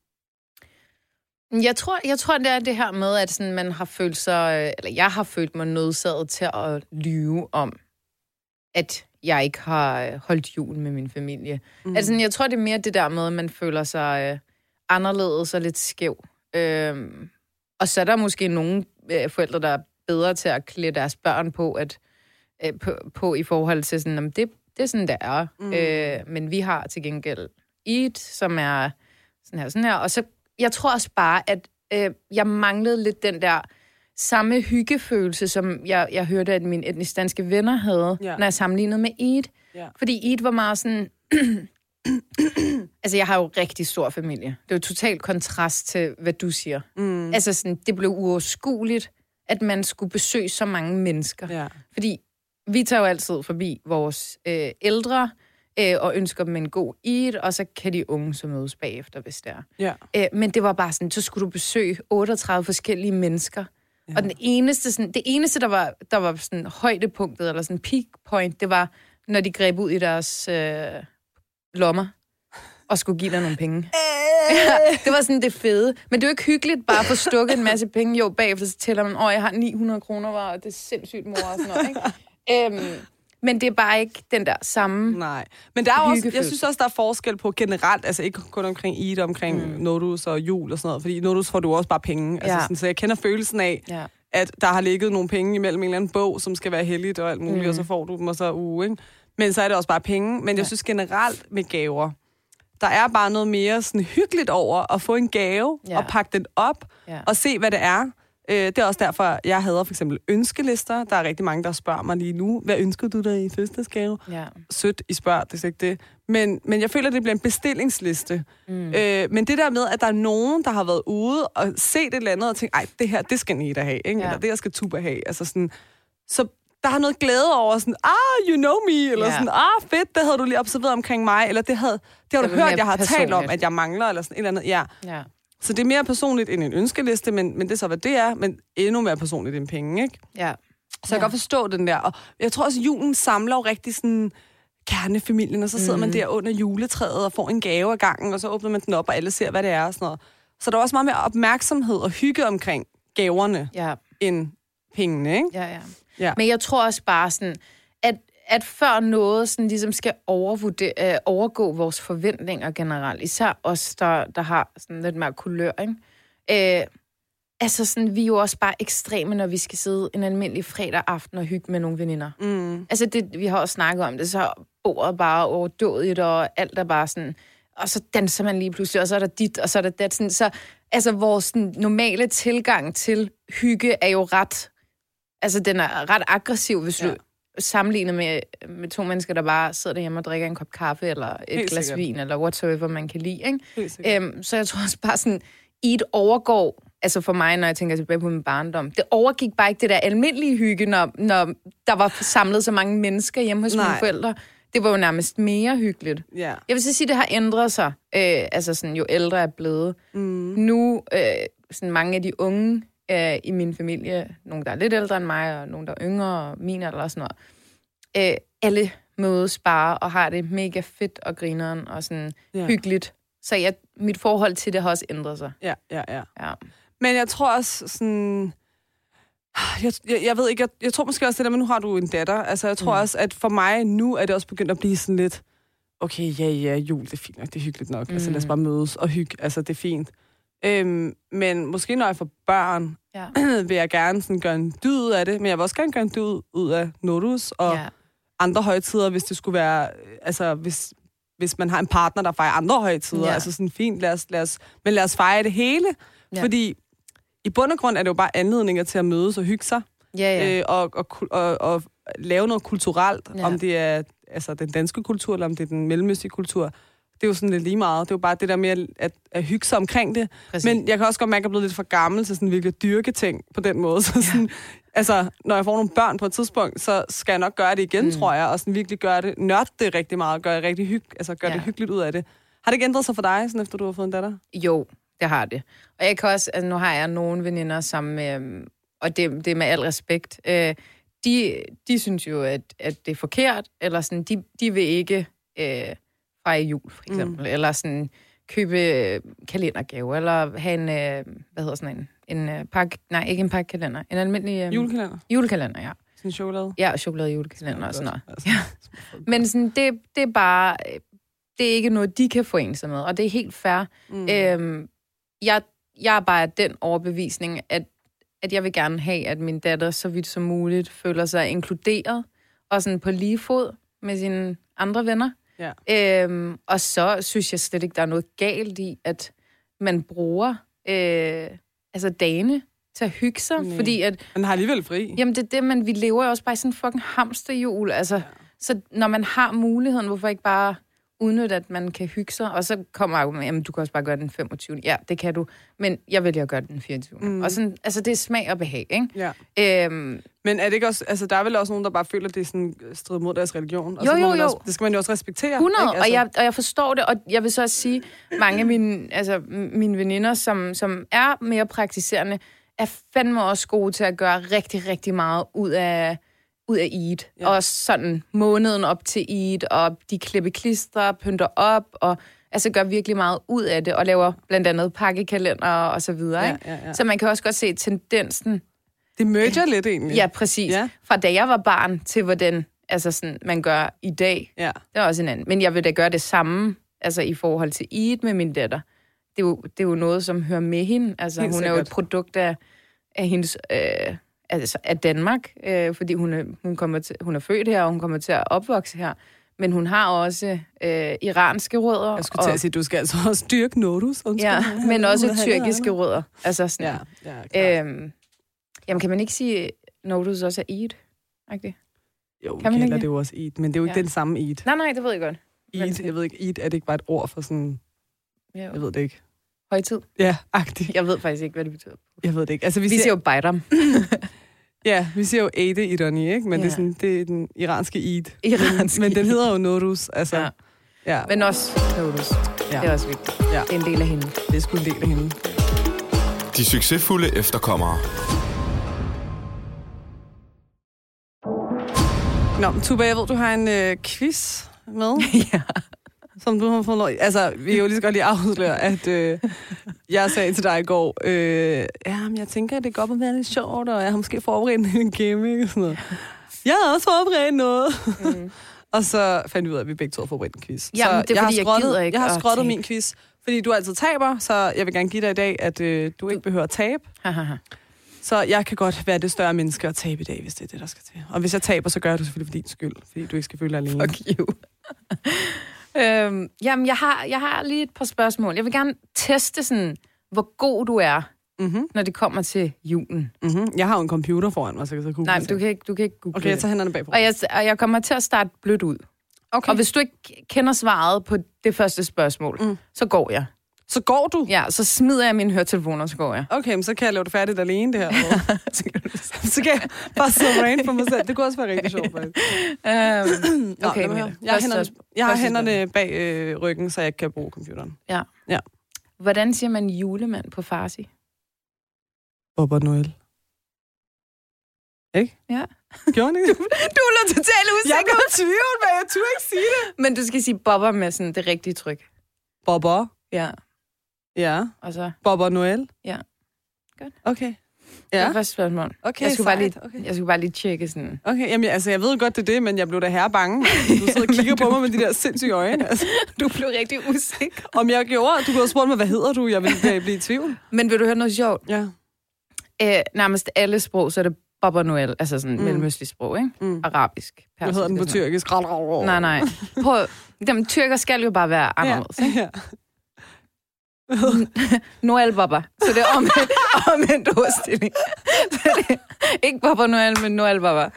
Jeg tror, jeg tror, det er det her med, at sådan, man har følt sig, eller jeg har følt mig nødsaget til at lyve om, at jeg ikke har holdt jul med min familie. Mm. Altså, jeg tror, det er mere det der med, at man føler sig øh, anderledes og lidt skæv. Øhm, og så er der måske nogle øh, forældre, der er bedre til at klæde deres børn på, at, øh, på, på i forhold til sådan, jamen, det, det er sådan, det er. Mm. Øh, men vi har til gengæld Eid, som er sådan her, sådan her, og så jeg tror også bare, at øh, jeg manglede lidt den der samme hyggefølelse, som jeg, jeg hørte, at mine etnisk danske venner havde, yeah. når jeg sammenlignede med Eid. Yeah. Fordi Eid var meget sådan... altså, jeg har jo rigtig stor familie. Det er jo totalt kontrast til, hvad du siger. Mm. Altså, sådan, det blev uoverskueligt, at man skulle besøge så mange mennesker. Yeah. Fordi vi tager jo altid forbi vores øh, ældre øh, og ønsker dem en god eat, og så kan de unge så mødes bagefter, hvis det er. Ja. Øh, men det var bare sådan, så skulle du besøge otteogtredive forskellige mennesker. Ja. Og den eneste, sådan, det eneste, der var, der var sådan højdepunktet, eller sådan peak point, det var, når de greb ud i deres øh, lommer og skulle give dig nogle penge. Ja, det var sådan det fede. Men det er jo ikke hyggeligt bare at få stukket en masse penge. Jo, bagefter så tæller man, åh, jeg har ni hundrede kroner, var, og det er sindssygt, mor, og sådan noget, ikke? øhm, men det er bare ikke den der samme. Nej, men der er også, jeg synes også, der er forskel på generelt, altså ikke kun omkring Eid, omkring mm. Nodus og jul og sådan noget, fordi Nodus får du også bare penge. Altså ja. sådan, så jeg kender følelsen af, ja. at der har ligget nogle penge imellem en eller anden bog, som skal være helligt og alt muligt, mm. og så får du dem, og så uge, ikke? Men så er det også bare penge. Men jeg ja. synes generelt med gaver, der er bare noget mere sådan hyggeligt over at få en gave, ja. og pakke den op, ja. og se, hvad det er. Det er også derfor, jeg hader for eksempel ønskelister. Der er rigtig mange, der spørger mig lige nu, hvad ønsker du dig i fødselsdagsgave? Ja. Sødt, I spørger, det er ikke det. Men, men jeg føler, det bliver en bestillingsliste. Mm. Øh, men det der med, at der er nogen, der har været ude og set et eller andet og tænkt, ej, det her, det skal Neda have, ikke? Ja. Eller det her skal Tuba have. Altså sådan, så der har noget glæde over sådan, ah, you know me, eller yeah. sådan, ah, fedt, det havde du lige observeret omkring mig, eller det havde, det har du hørt, jeg har personligt. talt om, at jeg mangler, eller sådan et eller andet, ja. ja. Så det er mere personligt end en ønskeliste, men, men det er så, hvad det er, men endnu mere personligt end penge, ikke? Ja. Så jeg kan ja. godt forstå den der, og jeg tror også, at julen samler jo rigtig sådan kernefamilien, og så sidder mm. man der under juletræet og får en gave af gangen, og så åbner man den op, og alle ser, hvad det er, og sådan noget. Så der er også meget mere opmærksomhed og hygge omkring gaverne, ja. end pengene, ikke? Ja, ja. Ja. Men jeg tror også bare sådan, at, at før noget sådan ligesom skal overvurdere, øh, overgå vores forventninger generelt, især os, der, der har sådan lidt mere kulør, ikke? Øh, altså sådan, vi er jo også bare ekstreme, når vi skal sidde en almindelig fredag aften og hygge med nogle veninder. Mm. Altså, det, vi har også snakket om det, så bordet bare overdådigt, og alt er bare sådan, og så danser man lige pludselig, og så er der dit, og så er der dat. Sådan, så altså, vores sådan, normale tilgang til hygge er jo ret. Altså, den er ret aggressiv, hvis ja. du sammenligner med, med to mennesker, der bare sidder derhjemme og drikker en kop kaffe, eller et Helt glas sikkert. vin, eller whatsoever, man kan lide, ikke? Øhm, så jeg tror også bare sådan, i et overgår, altså for mig, når jeg tænker tilbage på min barndom, det overgik bare ikke det der almindelige hygge, når, når der var samlet så mange mennesker hjemme hos Nej. mine forældre. Det var jo nærmest mere hyggeligt. Yeah. Jeg vil så sige, at det har ændret sig, øh, altså sådan, jo ældre er blevet. Mm. Nu, øh, sådan mange af de unge, Uh, i min familie, nogle der er lidt ældre end mig, og nogle der er yngre, og min eller sådan noget. Uh, alle mødes bare, og har det mega fedt og grineren, og sådan ja. hyggeligt. Så jeg, mit forhold til det har også ændret sig. Ja, ja, ja. ja. Men jeg tror også sådan... Jeg, jeg, jeg ved ikke, jeg, jeg tror måske også det der, men nu har du en datter. Altså, jeg tror mm. også, at for mig nu er det også begyndt at blive sådan lidt, okay, ja, ja, jul, det er fint nok, det er hyggeligt nok. Mm. Altså, lad os bare mødes og hygge. Altså, det er fint. Øhm, men måske når jeg får børn, ja. vil jeg gerne sådan gøre en dyd ud af det, men jeg vil også gerne gøre en dyd ud af Nodus og ja. andre højtider, hvis det skulle være, altså hvis, hvis man har en partner, der fejrer andre højtider, ja. altså sådan fint, lad os, lad os, men lad os fejre det hele, ja. fordi i bund og grund er det jo bare anledninger til at mødes og hygge sig, ja, ja. Øh, og, og, og, og lave noget kulturelt, ja. om det er altså den danske kultur, eller om det er den mellemøstlige kultur. Det er jo sådan lidt lige meget. Det er jo bare det der med at, at hygge sig omkring det. Præcis. Men jeg kan også godt mærke, at jeg er blevet lidt for gammel til sådan virkelig dyrke ting på den måde. Så sådan, ja. altså, når jeg får nogle børn på et tidspunkt, så skal jeg nok gøre det igen, mm. tror jeg. Og sådan virkelig gøre det, nørde det rigtig meget, og gøre, rigtig hyg, altså, gøre ja. det hyggeligt ud af det. Har det ikke ændret sig for dig, sådan efter du har fået en datter? Jo, det har det. Og jeg kan også, altså, nu har jeg nogle veninder, som, øh, og det, det er med al respekt, øh, de, de synes jo, at, at det er forkert, eller sådan, de, de vil ikke... Øh, fejre jul, for eksempel, mm. eller sådan købe kalendergave, eller have en, øh, hvad hedder sådan en, en øh, pakke, nej, ikke en pakkekalender, en almindelig... Øh, julekalender? Julekalender, ja. Sådan chokolade? Ja, chokolade julekalender og sådan noget. Altså, ja. Men sådan, det, det er bare, det er ikke noget, de kan forene sig med, og det er helt fair. Mm. Øhm, jeg, jeg er bare den overbevisning, at, at jeg vil gerne have, at min datter så vidt som muligt føler sig inkluderet, og sådan på lige fod med sine andre venner. Ja. Øhm, og så synes jeg slet ikke, der er noget galt i, at man bruger øh, altså dagene til at hygge sig, Nej. fordi at... Man har alligevel fri. Jamen det er det, men vi lever jo også bare i sådan en fucking hamsterhjul, altså. Ja. Så når man har muligheden, hvorfor ikke bare udnytte, at man kan hygge sig, og så kommer jeg jo med, jamen du kan også bare gøre den femogtyvende Ja, det kan du, men jeg vælger at gøre den fireogtyvende Mm. Og sådan, altså det er smag og behag, ikke? Ja. Øhm, Men er det ikke også, altså der er vel også nogen, der bare føler, at det er sådan strider mod deres religion? Og Jo, så må jo, man jo. Også, det skal man jo også respektere. hundrede, ikke? Altså, og, jeg, og jeg forstår det, og jeg vil så også sige, mange af mine, altså, mine veninder, som, som er mere praktiserende, er fandme også gode til at gøre rigtig, rigtig meget ud af, ud af Eid. Ja. Og sådan måneden op til Eid, og de klipper klister, pynter op, og altså gør virkelig meget ud af det, og laver blandt andet pakkekalender og så videre. Ja, ikke? ja, ja. Så man kan også godt se tendensen. Det merger lidt egentlig. Ja, præcis. Ja. Fra da jeg var barn til hvordan altså sådan, man gør i dag. Ja. Det er også en anden. Men jeg vil da gøre det samme altså i forhold til Eid med min datter. Det er jo, det er jo noget, som hører med hende. Altså, Helt hun sikkert. er jo et produkt af, af hendes... Øh, altså af Danmark, øh, fordi hun er, hun, kommer til, hun er født her, og hun kommer til at opvokse her. Men hun har også øh, iranske rødder. Jeg skulle til at sige, at du skal altså også dyrke nodus. Ja, men også tyrkiske rødder. Altså sådan. Ja, ja, øhm, jamen, kan man ikke sige, nodus også er Eid? Okay. Jo, kan man kalder ikke? det jo også Eid, men det er jo ikke Ja. den samme Eid. Nej, nej, det ved jeg godt. Eid, jeg ved ikke, Eid, er det ikke bare et ord for sådan... Jo. Jeg ved det ikke. Højtid. Ja, agtigt. Jeg ved faktisk ikke, hvad det betyder. Jeg ved det ikke. Altså, vi, Vi siger, siger jo Bajram. ja, vi siger jo Eide Idoni, ikke? Men Ja. det, er sådan, det er den iranske Eid. Iranske Men den Eid. hedder jo Nodus, altså. Ja. Ja. Men også nodus. Ja. Det er også vigtigt. Ja. Det er en del af hende. Det er sgu en del af hende. De succesfulde efterkommere. Nå, men Tuba, jeg ved, du har en øh, quiz med, Ja. som du har fået lov. Altså, vi kan jo lige så godt lige afsløre, at øh, jeg sagde til dig i går, øh, ja, men jeg tænker, at det godt må være lidt sjovt, og jeg har måske forberedt en game, og sådan noget. Jeg har også forberedt noget. Mm. Og så fandt vi ud af, at vi begge to har forberedt en quiz. Jamen, så det er, jeg fordi har jeg skrottet, gider ikke Jeg har at skrottet tabe. min quiz, fordi du altid taber, så jeg vil gerne give dig i dag, at øh, du ikke behøver at tabe. Hahaha. Så jeg kan godt være det større menneske og tabe i dag, hvis det er det, der skal til. Og hvis jeg taber, så gør jeg det selvfølgelig for din skyld, fordi du ikke skal føle dig alene. Fuck you. øhm, jamen, jeg har, jeg har lige et par spørgsmål. Jeg vil gerne teste sådan, hvor god du er, Mm-hmm. når det kommer til julen. Mm-hmm. Jeg har jo en computer foran mig, så jeg kan så google Nej, det. men du kan ikke, du kan ikke google Okay, jeg det. tager hænderne bagpå. Og jeg, og jeg kommer til at starte blødt ud. Okay. Og hvis du ikke kender svaret på det første spørgsmål, Mm. så går jeg. Så går du? Ja, så smider jeg mine høretelefoner, og så går jeg. Okay, men så kan jeg lave det færdigt alene, det her. Så kan jeg bare sidde rent for mig selv. Det kunne også være rigtig sjovt, faktisk. øhm, Nå, okay, lad mig men høre. jeg har, første- hænderne, jeg har første hænderne bag øh, ryggen, så jeg ikke kan bruge computeren. Ja. Ja. Hvordan siger man julemand på farsi? Bobber Noel. Ikke? Ja. Gjorde den ikke? Du er totalt usikker. Jeg kan jo tvivl, men jeg turde ikke sige det. Men du skal sige bobber med sådan det rigtige tryk. Bobber. Ja. Ja. Og så... Bobber Noel. Ja. Godt. Okay. Ja. Ja. Det var første spørgsmål. Okay, jeg skulle bare lige, sejt. Okay. jeg skulle bare lige tjekke sådan. Okay, jamen, altså, jeg ved godt, det er det, men jeg blev da herre bange. Du sidder og kigger på mig med de der sindssyge øjne. Altså. Du blev rigtig usikker. Om jeg gjorde, du kunne have spurgt mig, hvad hedder du? Jeg ville blive i tvivl. Men vil du høre noget sjovt? Ja. Æ, nærmest alle sprog, så er det Bobber Noel, altså sådan mm. mellemøstligt sprog, ikke? Mm. Arabisk. Hvad hedder den på tyrkisk? Nej, nej. Prøv, dem tyrker skal jo bare være anderledes, ja. ikke? Ja. Noel Bobber. Så det er omvendt, omvendt ordstilling. Så det er ikke Bobber Noel, men Noel Bobber.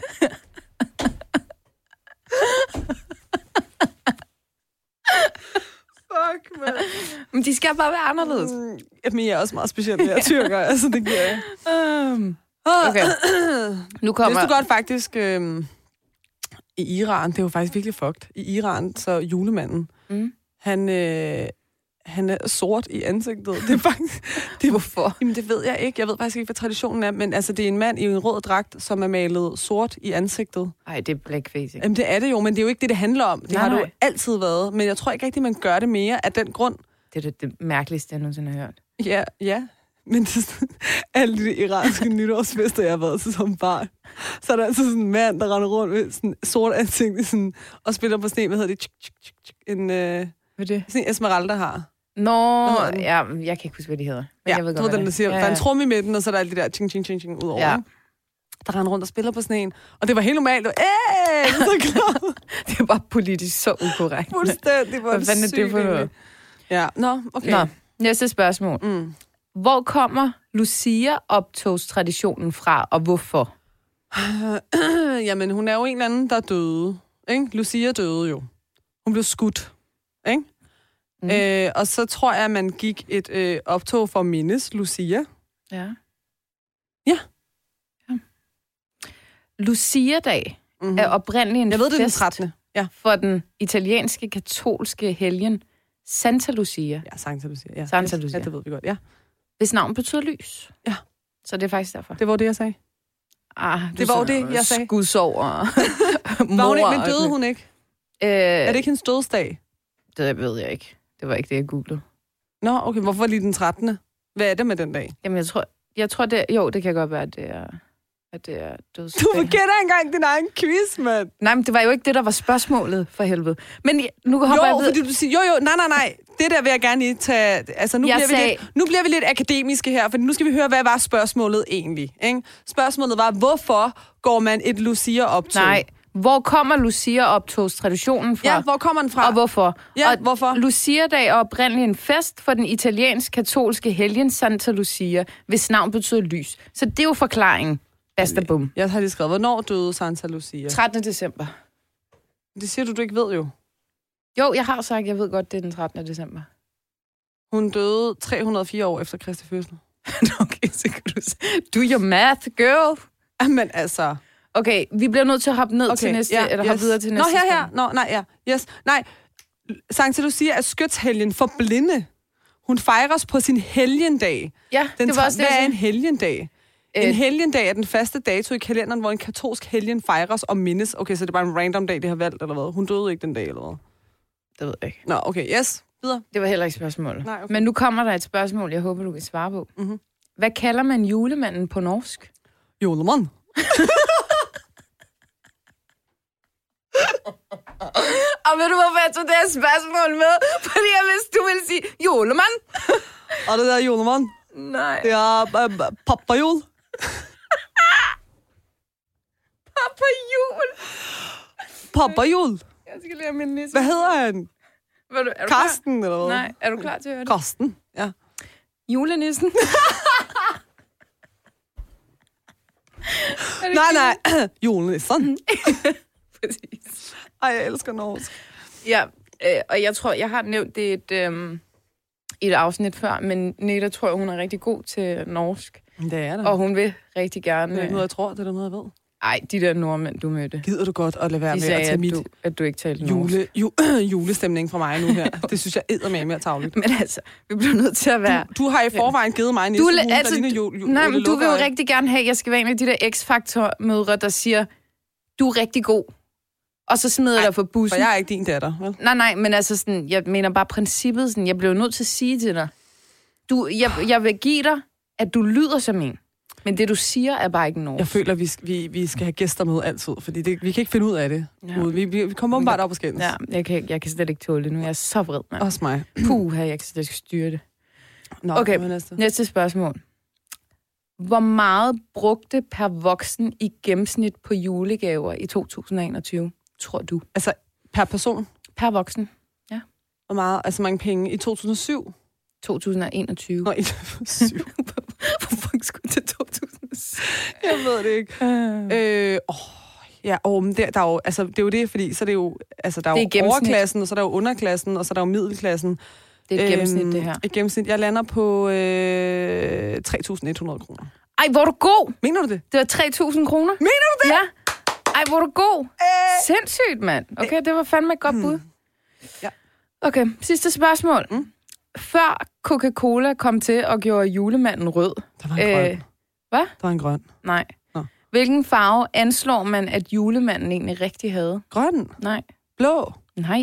Fuck, man. Men de skal bare være anderledes. Mm, jamen, jeg er også meget speciel, jeg er tyrker, altså det giver jeg. Um, okay. Nu kommer... Vidste du godt faktisk, øh, i Iran, det er jo faktisk virkelig fucked, i Iran, så julemanden, Mm. han, øh, han er sort i ansigtet. Det er faktisk... Det er, Hvorfor? Jamen, det ved jeg ikke. Jeg ved faktisk ikke, hvad traditionen er, men altså, det er en mand i en rød dragt, som er malet sort i ansigtet. Ej, det er blackface, ikke? Jamen, det er det jo, men det er jo ikke det, det handler om. Det Nej, har det jo nej. altid været. Men jeg tror ikke rigtig, man gør det mere af den grund. Det er det, det mærkeligste, jeg nogensinde har hørt. Ja, ja. Men det er sådan, alle de iranske nytårsfester, jeg har været til som barn, så er der altså sådan en mand, der render rundt med sådan sort ansigt sådan, og spiller på sådan en, hvad hedder det? Tsk, tsk, tsk, tsk, en, øh, Hvad er det? sådan en Esmeralda har. Nå, hedder den? ja, jeg kan ikke huske, hvad de hedder. Men Ja, jeg ved du godt, ved hvad den, der det siger, er. der er en trum i midten, og så er der alle de der ching, ching, ching, ching ud over. Ja. Ja. Der render rundt og spiller på sådan en. Og det var helt normalt. Og, æh, så glad. Det er bare politisk så ukorrekt. Fuldstændig. Hvor Hvad fanden er det for noget? Ja, nå, okay. Nå, næste spørgsmål. Mm. Hvor kommer Lucia-optogstraditionen fra, og hvorfor? Jamen, hun er jo en eller anden, der døde. Ikke? Lucia døde jo. Hun blev skudt. Ikke? Mm. Øh, og så tror jeg, at man gik et øh, optog for mindes Lucia. Ja. Ja. ja. Lucia-dag Mm-hmm. er oprindeligt en Jeg ved, det er den fest trettende. Ja. for den italienske katolske helgen Santa Lucia, Ja, Santa Lucia. Ja. Santa Yes. Lucia. Ja, det ved vi godt, ja. hvis navn betyder lys. Ja. Så det er faktisk derfor. Det var det, jeg sagde. Ah, Det var jo det, jeg sagde. Skudsover. Var hun ikke, men døde hun ikke? Øh, Er det ikke hendes dødsdag? Det ved jeg ikke. Det var ikke det, jeg googlede. Nå, okay. Hvorfor lige den trettende? Hvad er det med den dag? Jamen, jeg tror, jeg tror det, jo, det kan godt være, at det er, at det er dødsdag. Du forgætter engang din egen quiz, mand. Nej, men det var jo ikke det, der var spørgsmålet, for helvede. Men nu hopper jeg Jo, videre. fordi du siger, jo, jo, nej, nej, nej. Det der vil jeg gerne lige tage... Altså, nu, Jeg bliver, vi sagde- lidt, nu bliver vi lidt akademiske her, for nu skal vi høre, hvad var spørgsmålet egentlig, ikke? Spørgsmålet var, hvorfor går man et Lucia-optog? Nej, hvor kommer Lucia-optogstraditionen fra? Ja, hvor kommer den fra? Og hvorfor? Ja, og hvorfor? Lucia-dag er oprindeligt en fest for den italiensk katolske helgen Santa Lucia, hvis navn betyder lys. Så det er jo forklaringen. Basta bum. Jeg har lige skrevet, hvornår døde Santa Lucia? trettende december. Det siger du, du ikke ved jo. Jo, jeg har sagt, jeg ved godt, det er den trettende december. Hun døde tre hundrede og fire år efter Kristi fødsel. Okay, så kan du do your math, girl. Men altså... Okay, vi bliver nødt til at hoppe ned Okay, til næste, ja, eller yes. hoppe videre til Nå, næste. her, her. spørgsmål. Nå, nej, ja. Yes. Nej, Santa Lucia er skytshelgen for blinde. Hun fejres på sin helgendag. Ja, Den det var tre- også det, Hvad er jeg en helgendag? En Øh. helgendag er den faste dato i kalenderen, hvor en katolsk helgen fejres og mindes. Okay, så det er bare en random dag, det har valgt, eller hvad? Hun døde ikke den dag, eller hvad? Det ved jeg ikke. Nå, okay, yes. Videre. Det var heller ikke spørgsmålet. Nej, okay. Men nu kommer der et spørgsmål, jeg håber, du kan svare på. Mhm. Hvad kalder man julemanden på norsk? Julemanden. Og ved du, hvorfor jeg tog det her spørgsmål med? Fordi jeg vidste, du ville sige julemand. Og det der julemanden, Nej. det er uh, Papa Jul. Papa Jul. Papa Jul. Jeg skal lige have min nisse. Hvad hedder han? Ved du, er du Karsten, eller klar? hvad? Nej, er du klar til at høre det? Karsten, ja. Julenissen. Nej, nej. Julenissen. Præcis. Ej, jeg elsker norsk. Ja, øh, og jeg tror, jeg har nævnt det i et, øh, i et afsnit før, men Neda tror, hun er rigtig god til norsk. Det er der. Og hun vil rigtig gerne... Det er ikke noget, jeg tror, det er noget, jeg ved. Ej, de der nordmænd, du mødte. Gider du godt at lade være De med sagde, at tage at mit du, at du ikke talte norsk. jule, ju, julestemning fra mig nu her? Det synes jeg eddermame mere tavligt. Men altså, vi bliver nødt til at være... Du, du har i forvejen givet mig en Du, nisse, altså, der ligner jul, jul, nej, men du vil jo Lukøje. rigtig gerne have, at jeg skal være en af de der X-Factor-mødre, der siger, du er rigtig god. Og så smider jeg dig for bussen. For jeg er ikke din datter, vel? Nej, nej, men altså sådan, jeg mener bare princippet, sådan, jeg bliver nødt til at sige til dig, du, jeg, jeg vil give dig, at du lyder som en. Men det, du siger, er bare ikke norsk. Jeg føler, at vi, vi, vi skal have gæster med altid, fordi det, vi kan ikke finde ud af det. Ja. Vi, vi, vi kommer bare op og skændes. Ja, jeg kan, jeg kan slet ikke tåle det nu. Jeg er så vred, mand. Også mig. Puh, her, jeg kan slet ikke styre det. Nå, Okay. hvad er næste? Næste spørgsmål. Hvor meget brugte per voksen i gennemsnit på julegaver i to tusind og enogtyve, tror du? Altså, per person? Per voksen. Hvor meget? Altså, mange penge? I to tusind og syv? to tusind og enogtyve. Nå, i to tusind og syv. Hvorfor skulle til to tusind og syv? Jeg ved det ikke. Øh, åh, ja, åh, men der, der er jo, altså, det er jo det, fordi så er det jo, altså, der er Det er jo gennemsnit. overklassen, og så er der jo underklassen, og så er der jo middelklassen. Det er et gennemsnit, det her. Et gennemsnit. Jeg lander på øh, tre tusind et hundrede kroner. Ej, hvor er du god! Mener du det? Det var tre tusind kroner. Mener du det? Ja. Ej, hvor er du god! Øh. Sindssygt, mand. Okay, det var fandme et godt bud. Ja. Okay, sidste spørgsmål. Mm. Før Coca-Cola kom til og gjorde julemanden rød. Der var en grøn. Øh, hvad? Der var en grøn. Nej. Nå. Hvilken farve anslår man, at julemanden egentlig rigtig havde? Grøn? Nej. Blå? Nej.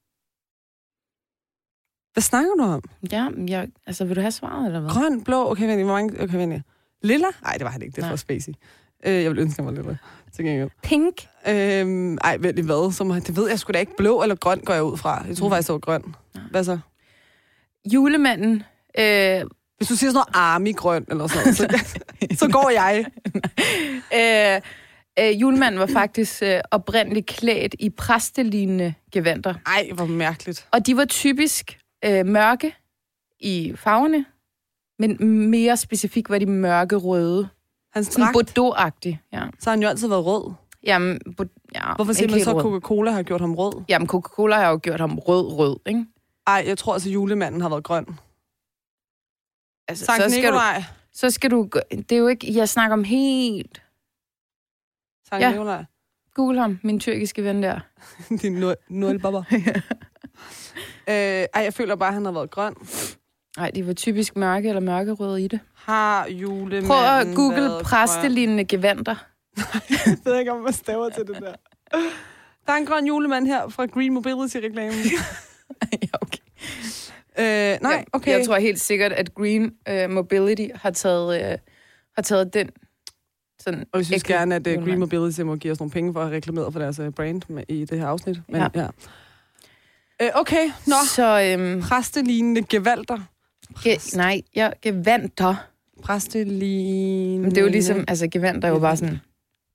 Hvad snakker du om? Ja, jeg, altså, vil du have svaret, eller hvad? Grøn, blå? Okay, vent, hvor mange? Okay, vent. Lilla? Nej, det var han ikke. Det er Nej. for spacey. Øh, jeg vil ønske, han var lilla. Til gengæld. Pink. Øhm, ej, vent lige hvad? Som, det ved jeg sgu da ikke. Blå eller grøn går jeg ud fra. Jeg tror Mm. faktisk, det var grøn. Hvad så? Julemanden... Øh, Hvis du siger sådan noget army-grøn eller sådan noget, så, så går jeg. øh, øh, julemanden var faktisk øh, oprindeligt klædt i præstelignende gevanter. Ej, hvor mærkeligt. Og de var typisk øh, mørke i farverne, men mere specifikt var de mørke røde. Hans Sådan dragt, Bordeaux-agtig. Ja. så har han jo altid været rød. Jamen, bo- ja, Hvorfor siger ikke man helt så, at rød. Coca-Cola har gjort ham rød? Jamen, Coca-Cola har jo gjort ham rød-rød, ikke? Ej, jeg tror altså, julemanden har været grøn. Altså, Sankt så skal du, Nikolaj. så skal du... gå- Det er jo ikke... Jeg snakker om helt... Sankt Ja. Nikolaj. Google ham, min tyrkiske ven der. Din Noel Baba. øh, ej, jeg føler bare, at han har været grøn. Nej, de var typisk mørke eller mørkerøde i det. Har julemanden Prøv at google været præstelignende gevanter. Jeg ved ikke, om man staver til det der. Der er en grøn julemand her fra Green Mobility-reklamen. Ja, okay. øh, nej, okay. Jeg tror helt sikkert, at Green uh, Mobility har taget, uh, har taget den sådan... Og vi synes ægte gerne, at uh, Green julemand. Mobility må give os nogle penge for at have reklameret for deres uh, brand med, i det her afsnit. Men, Ja. ja. Øh, okay, nå. Så, øhm, Præstelignende gevalter. ge- nej, ja, gevanter. Præstelignende... Men det er jo ligesom, altså gevanter er jo bare sådan...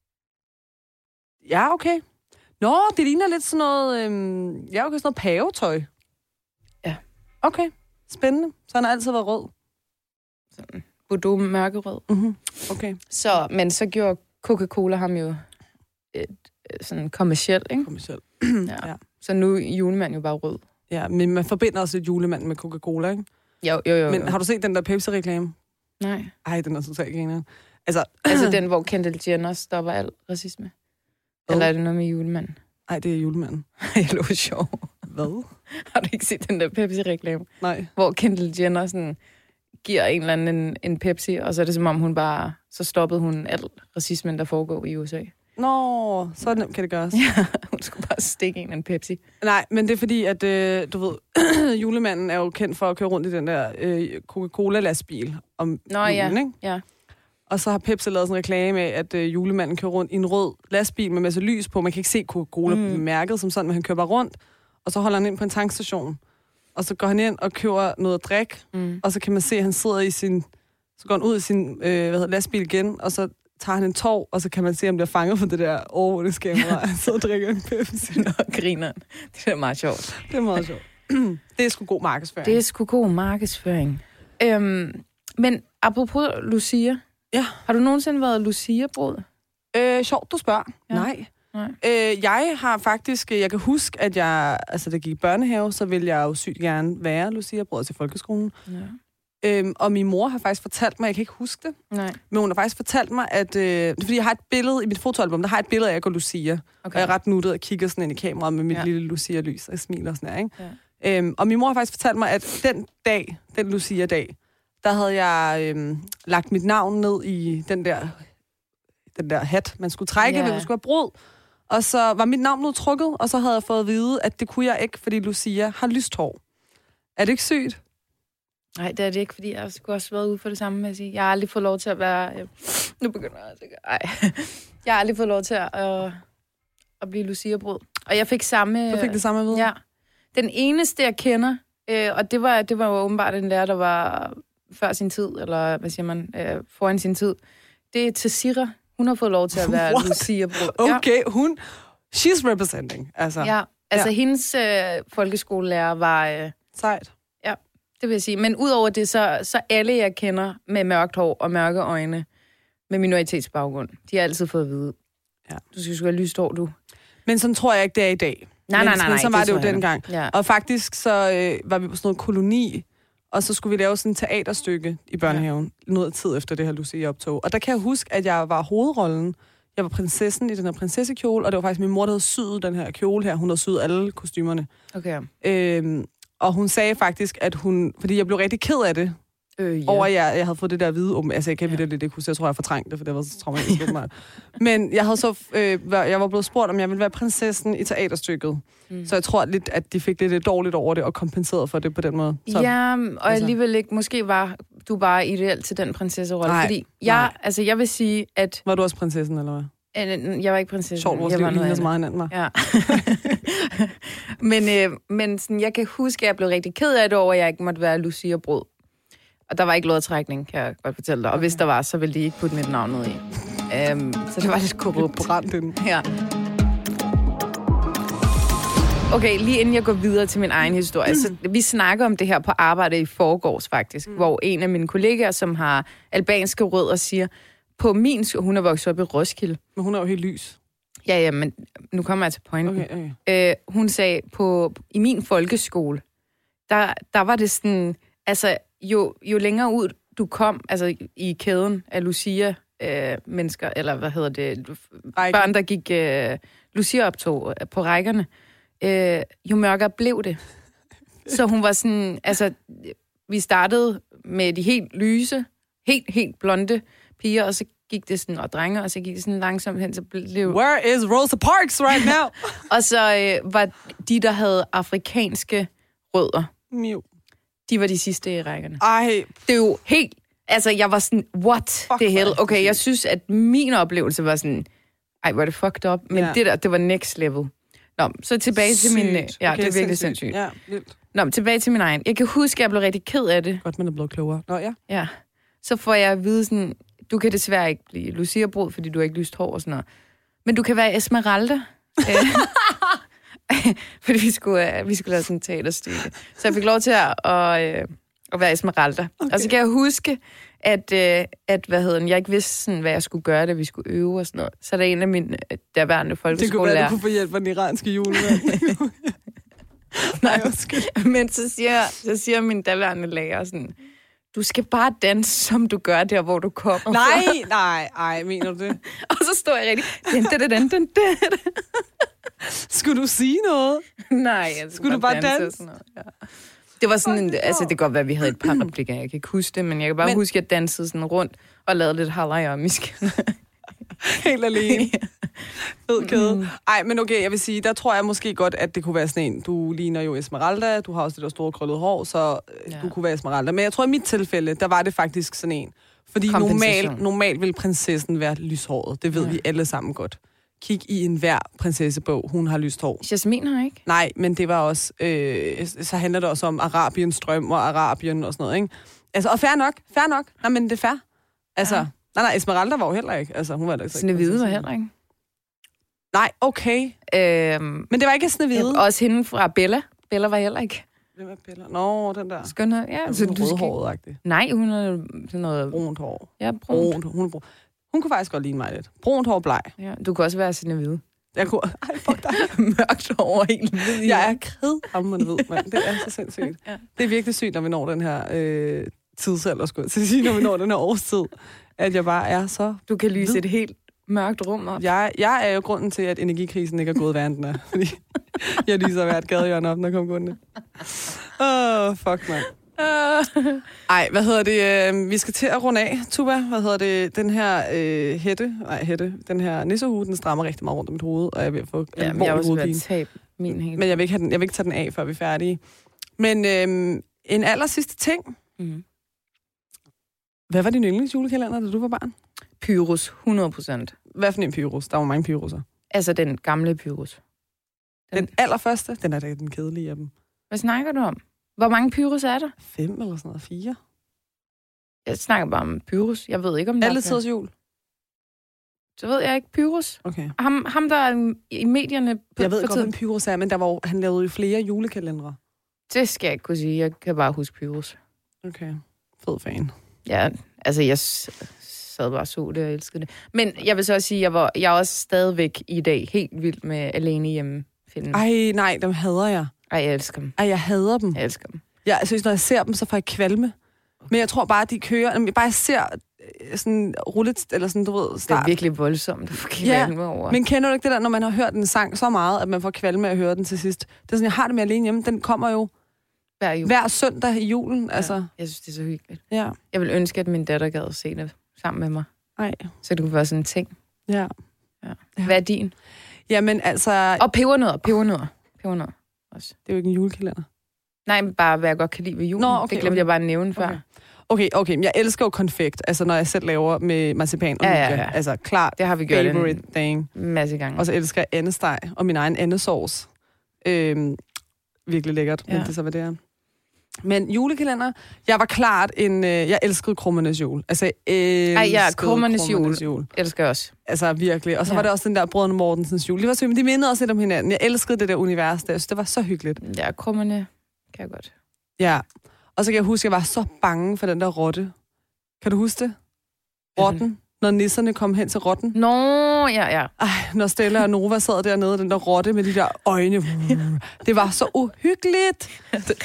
Ja, okay. Nå, det ligner lidt sådan noget... Øhm, ja, okay, sådan noget pavetøj. Ja. Okay, spændende. Så han har altid været rød. sådan Bordeaux mørkerød. Mm-hmm. Okay. Så, men så gjorde Coca-Cola ham jo et, et, sådan kommercielt, ikke? Kommercielt. Ja. Ja. Så nu er julemanden jo bare rød. Ja, men man forbinder også lidt julemanden med Coca-Cola, ikke? Jo, jo, jo. Men jo. har du set den der Pepsi-reklame? Nej. Ej, den er totalt griner. Altså, Altså den, hvor Kendall Jenner stopper al racisme. Eller er det noget med julemanden? ej, det er julemanden. Jeg lå sjov. Hvad? Har du ikke set den der Pepsi-reklame? Nej. Hvor Kendall Jenner sådan giver en eller anden en, en Pepsi, og så er det som om hun bare... Så stoppede hun al racismen, der foregår i U S A. Nå, så nemt kan det gøres. Ja, hun skulle bare stikke en en Pepsi. Nej, men det er fordi, at øh, du ved, julemanden er jo kendt for at køre rundt i den der øh, Coca-Cola-lastbil om Nå, julen, ja. ikke? Ja. Og så har Pepsi lavet sådan en reklame af, at øh, julemanden kører rundt i en rød lastbil med masse lys på. Man kan ikke se Coca-Cola-mærket mm. som sådan, men han kører bare rundt. Og så holder han ind på en tankstation. Og så går han ind og køber noget at drikke. Mm. Og så kan man se, at han sidder i sin... Så går han ud i sin øh, hvad hedder, lastbil igen, og så tager han en tår, og så kan man se, at han bliver fanget på det der overvågningskamera. Han sidder og drikker en Pepsi. Nå, griner. Det er meget sjovt. Det er meget sjovt. Det er sgu god markedsføring. Det er sgu god markedsføring. Øhm, men apropos Lucia. Ja. Har du nogensinde været Lucia-brud? Øh, sjovt, du spørger. Ja. Nej. Nej. Øh, jeg har faktisk... Jeg kan huske, at jeg... Altså, da jeg gik i børnehave, så ville jeg jo sygt gerne være Lucia-brød til folkeskolen. Ja. Øhm, og min mor har faktisk fortalt mig... Jeg kan ikke huske det. Nej. Men hun har faktisk fortalt mig, at... Øh, det er, fordi jeg har et billede i mit fotoalbum. Der har jeg et billede af, at jeg går Lucia. Okay. Og jeg er ret nuttet og kigger sådan ind i kameraet med mit ja. lille Lucia-lys. Og jeg smiler sådan her, ikke? Ja. Øhm, og min mor har faktisk fortalt mig, at den dag, den Lucia-dag, der havde jeg øhm, lagt mit navn ned i den der, den der hat, man skulle trække, yeah. hvis man skulle have brud. Og så var mit navn nu trukket, og så havde jeg fået at vide, at det kunne jeg ikke, fordi Lucia har lyst hår. Er det ikke sygt? Nej, det er det ikke, fordi jeg skulle også været ude for det samme med at sige. Jeg har aldrig fået lov til at være... Øh, nu begynder jeg altså... Ej. Jeg har aldrig fået lov til at, øh, at blive Lucia-brud. Og jeg fik samme... Du fik det samme at vide? Ja. Den eneste, jeg kender, øh, og det var, det var jo åbenbart en lærer, der var før sin tid, eller hvad siger man, øh, foran sin tid. Det er Tessira. Hun har fået lov til at være Lucia-brud. Okay, ja. Hun... She's representing, altså. Ja, altså ja. hendes øh, folkeskolelærer var... Øh, Sejt. Ja, det vil jeg sige. Men udover det, så, så alle, jeg kender med mørkt hår og mørke øjne, med minoritetsbaggrund, de har altid fået at vide, ja. Du skal sgu have lyst hår, du. Men sådan tror jeg ikke, det er i dag. Nej, men, nej, nej. Men så nej, var det, det jo dengang. Ja. Og faktisk så øh, var vi på sådan noget koloni, og så skulle vi lave sådan et teaterstykke i børnehaven, ja. noget tid efter det her Lucia-optog. Og der kan jeg huske, at jeg var hovedrollen. Jeg var prinsessen i den her prinsessekjole, og det var faktisk min mor, der havde syet den her kjole her. Hun havde syet alle kostymerne. Okay. Øhm, og hun sagde faktisk, at hun... Fordi jeg blev rigtig ked af det, øh, ja. over at jeg, jeg havde fået det der hvide... Um, altså, jeg kan ja. vide det, det kunne jeg tror, jeg fortrængte det, for det var så traumatisk. Ja. Men jeg havde så... Øh, jeg var blevet spurgt, om jeg ville være prinsessen i teaterstykket. Mm. Så jeg tror lidt, at de fik lidt dårligt over det, og kompenseret for det på den måde. Så, ja, og altså. Alligevel ikke... Måske var du bare ideelt til den prinsesserolle. Nej, fordi jeg, nej. Altså, jeg vil sige, at... Var du også prinsessen, eller hvad? Jeg var ikke prinsesse. Sjovt, vores liv ligner så meget hinanden, var. Ja. men øh, men sådan, jeg kan huske, at jeg blev rigtig ked af det over, at jeg ikke måtte være Lucia-brud. Og der var ikke lodtrækning, kan jeg godt fortælle dig. Og hvis der var, så ville de ikke putte mit navn ud i. Um, så det var lidt korrupt. Brændt den. Ja. Okay, lige inden jeg går videre til min egen historie. Mm. Så vi snakker om det her på arbejde i forgårs faktisk, mm. hvor en af mine kollegaer, som har albanske rødder, siger... På min skole, hun er vokset op i Roskilde. Men hun er jo helt lys. Ja, ja, men nu kommer jeg til pointen. Okay, okay. Øh, hun sagde, på i min folkeskole, der, der var det sådan, altså, jo, jo længere ud du kom, altså i kæden af Lucia, øh, mennesker, eller hvad hedder det, Rækken. børn, der gik øh, Lucia-optog på rækkerne, øh, jo mørkere blev det. Så hun var sådan, altså, vi startede med de helt lyse, helt, helt blonde piger, og så gik det sådan, og drenge, og så gik det sådan langsomt hen, så blev... Where is Rosa Parks right now? Og så øh, var de, der havde afrikanske rødder, Miu. de var de sidste i rækkerne. Ej, Det er jo helt... Altså, jeg var sådan, what Fuck, the hell? hvor er det Okay, jeg sygt. synes, at min oplevelse var sådan, ej, hvor er det fucked up. Men Ja. det der, det var next level. Nå, så tilbage til min... sygt. Ja, Okay, det er virkelig sindssygt. Ja, vildt. Nå, men tilbage til min egen. Jeg kan huske, at jeg blev rigtig ked af det. Godt, man er blevet klogere. Nå, ja. Ja. Så får jeg at vide sådan, du kan desværre ikke blive Lucia-brud, fordi du har ikke lyst hår og sådan noget. Men du kan være Esmeralda. Øh, fordi vi skulle, øh, vi skulle lave sådan en teaterstykke. Så jeg fik lov til at, at, øh, at være Esmeralda. Okay. Og så kan jeg huske, at, øh, at hvad hedder den, jeg ikke vidste, sådan, hvad jeg skulle gøre, da vi skulle øve og sådan noget. Så er der en af mine øh, derværende Det kunne være, folkeskolelærer. du kunne få hjælp af den iranske julemand. Nej, undskyld. Men så siger, så siger min daværende lærer sådan, du skal bare danse, som du gør der, hvor du kommer. Nej, nej, ej, mener du det? Og så står jeg rigtig, den, den, den, den, den, den. Skulle du sige noget? Nej, jeg skulle, Skulle du bare danse? og sådan noget. Ja. Det var sådan, en, altså det kan godt være, at vi havde et par replikker, jeg kan ikke huske det, men jeg kan bare Men- men... huske, at jeg dansede sådan rundt og lavede lidt halajamisk. Helt alene. Fed kæde. Mm. Ej, men okay, jeg vil sige, der tror jeg måske godt, at det kunne være sådan en, du ligner jo Esmeralda, du har også det der store krøllede hår, så ja. Du kunne være Esmeralda. Men jeg tror, i mit tilfælde, der var det faktisk sådan en. Fordi normalt, normalt vil prinsessen være lyshåret. Det ved ja. Vi alle sammen godt. Kig i enhver prinsessebog, hun har lyst hår. Jasmin har ikke. Nej, men det var også, øh, så handler det også om Arabiens drøm og Arabien og sådan noget, ikke? Altså, og fair nok, fair nok. Nej, men det er fair. Altså, ja. nej, nej, Esmeralda var jo heller ikke. Altså, hun var da ikke. Snehvide var heller ikke. Nej, okay. Øhm, Men det var ikke Snehvide. ja, også hende fra Bella. Bella var heller ikke. Hvem er Bella? Nå, den der. Skønhed. Ja, Altså, hun er du skal... rødhåret-agtig. Nej, hun er sådan noget... Brunt hår. Ja, brunt. Brunt. Hun, er brun. Hun kunne faktisk godt ligne mig lidt. Brunt hår, bleg. Ja, du kan også være Snehvide. Jeg kunne... Ej, fuck dig. Mørkt over helt hvid. Jeg er kridhamrende ved, mand. Det er så sindssygt. Ja. Det er virkelig sygt, når vi når den her øh, tidsalder, skulle jeg til at sige, når vi når den her årstid, at jeg bare er så... Du kan lyse et helt mørkt rum op. Jeg, jeg er jo grunden til, at energikrisen ikke er gået værre, end den er. Fordi jeg lyser hvert gadehjørne op, når jeg kommer gående. Åh, oh, fuck, mand. Ej, hvad hedder det? Øh, vi skal til at runde af, Tuba. Hvad hedder det? Den her øh, hætte, nej, hætte, den her nissehue, den strammer rigtig meget rundt om mit hoved, og jeg er ved at få Ja, alvorlig men jeg er også ved hovedpine. at tabe min helt. Men jeg vil, ikke have den, jeg vil ikke tage den af, før vi er færdige. Men øh, en aller sidste ting. Mm. Hvad var din yndlingsjulekalender, da du var barn? Pyrus, hundrede procent. Hvad for en Pyrus? Der var mange Pyruser. Altså den gamle Pyrus. Den, Den allerførste, den er da den kedelige af dem. Hvad snakker du om? Hvor mange Pyrus er der? Fem eller sådan noget, fire. Jeg snakker bare om Pyrus. Jeg ved ikke, om der Alle er tiders jul. Så ved jeg ikke. Pyrus. Okay. Ham, ham der er i medierne på, Jeg ved for godt, tiden. hvem Pyrus er, men der var jo, han lavede jo flere julekalendere. Det skal jeg ikke kunne sige. Jeg kan bare huske Pyrus. Okay. Fed fan. Ja, altså jeg s- sad bare og så det og elskede det. Men jeg vil så også sige, at jeg, var, jeg er også stadigvæk i dag helt vild med Alene Hjemme filmen. Ej, nej, dem hader jeg. Ej, jeg elsker dem. Ej, jeg hader dem. Jeg elsker dem. Jeg, altså, når jeg ser dem, så får jeg kvalme. Men jeg tror bare, at de kører... Når jeg bare ser øh, sådan rullet, eller sådan, du ved, Det start. er virkelig voldsomt at få Ja, kvalme over. Men kender du ikke det der, når man har hørt en sang så meget, at man får kvalme af at høre den til sidst? Det er sådan, jeg har det med Alene Hjemme. Den kommer jo hver, jul. hver søndag i julen. Ja, Altså, jeg synes, det er så hyggeligt. ja. Jeg vil ønske, at min datter gad at se det sammen med mig. Ej. Så det kunne være sådan en ting. Ja. Ja. Hvad er din? Jamen, altså... Og pebernødder, pebernødder. Pebernødder også. Det er jo ikke en julekalender. Nej, men bare hvad jeg godt kan lide ved julen. Nå, okay, det glemte okay. jeg bare at nævne før. Okay. Okay, okay, men jeg elsker jo konfekt, altså når jeg selv laver med marcipan og Ja, ja, nougat. ja. Altså, klar Det har vi gjort favorite en thing. masse gange. Og så elsker jeg andesteg og min egen andesauce. Øhm, virkelig lækkert, men Ja. det er så, hvad det er. Men julekalender, jeg var klart en... Øh, jeg elskede Krummernes jul. Altså, jeg elskede Ej, ja, Krummernes Krummernes jul. jul. elsker jeg også. Altså, virkelig. Og så Ja. var det også den der Brødrene Mortensens jul. Det var så, de mindede også lidt om hinanden. Jeg elskede det der univers der. Jeg synes, det var så hyggeligt. Ja, krummerne kan jeg godt. Ja. Og så kan jeg huske, at jeg var så bange for den der rotte. Kan du huske det? Rotten. Når nisserne kom hen til rotten. Nå, ja, ja. Ej, når Stella og Nova sad dernede, den der rotte med de der øjne. Det var så uhyggeligt. Det er rigtigt.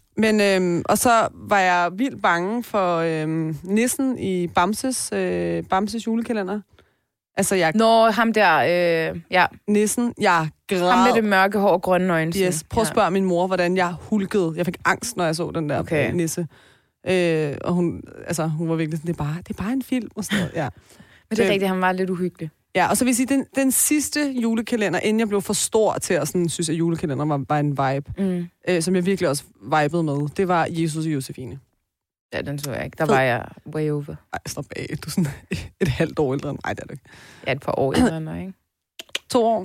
Men, øhm, og så var jeg vildt bange for øhm, nissen i Bamses, øh, Bamses julekalender. Altså, jeg... Nå, ham der, øh, ja. Nissen, jeg græd. Ham med det mørke hår og grønne øjne. Yes, prøv at spørge ja. min mor, hvordan jeg hulkede. Jeg fik angst, når jeg så den der okay. nisse. Øh, og hun, altså, hun var virkelig sådan, det er bare, det er bare en film. Og sådan noget. Ja. Men det er øh, rigtigt, han var lidt uhyggelig. Ja, og så vil jeg sige, den, den sidste julekalender, inden jeg blev for stor til at sådan, synes, at julekalender var bare en vibe, mm. øh, som jeg virkelig også vibede med, det var Jesus og Josefine. Ja, den så jeg ikke. Der var jeg way over. Ej, slap af. Du er sådan et halvt år ældre end mig. Det er du ikke. Ja, et par år ældre end mig, ikke? To år.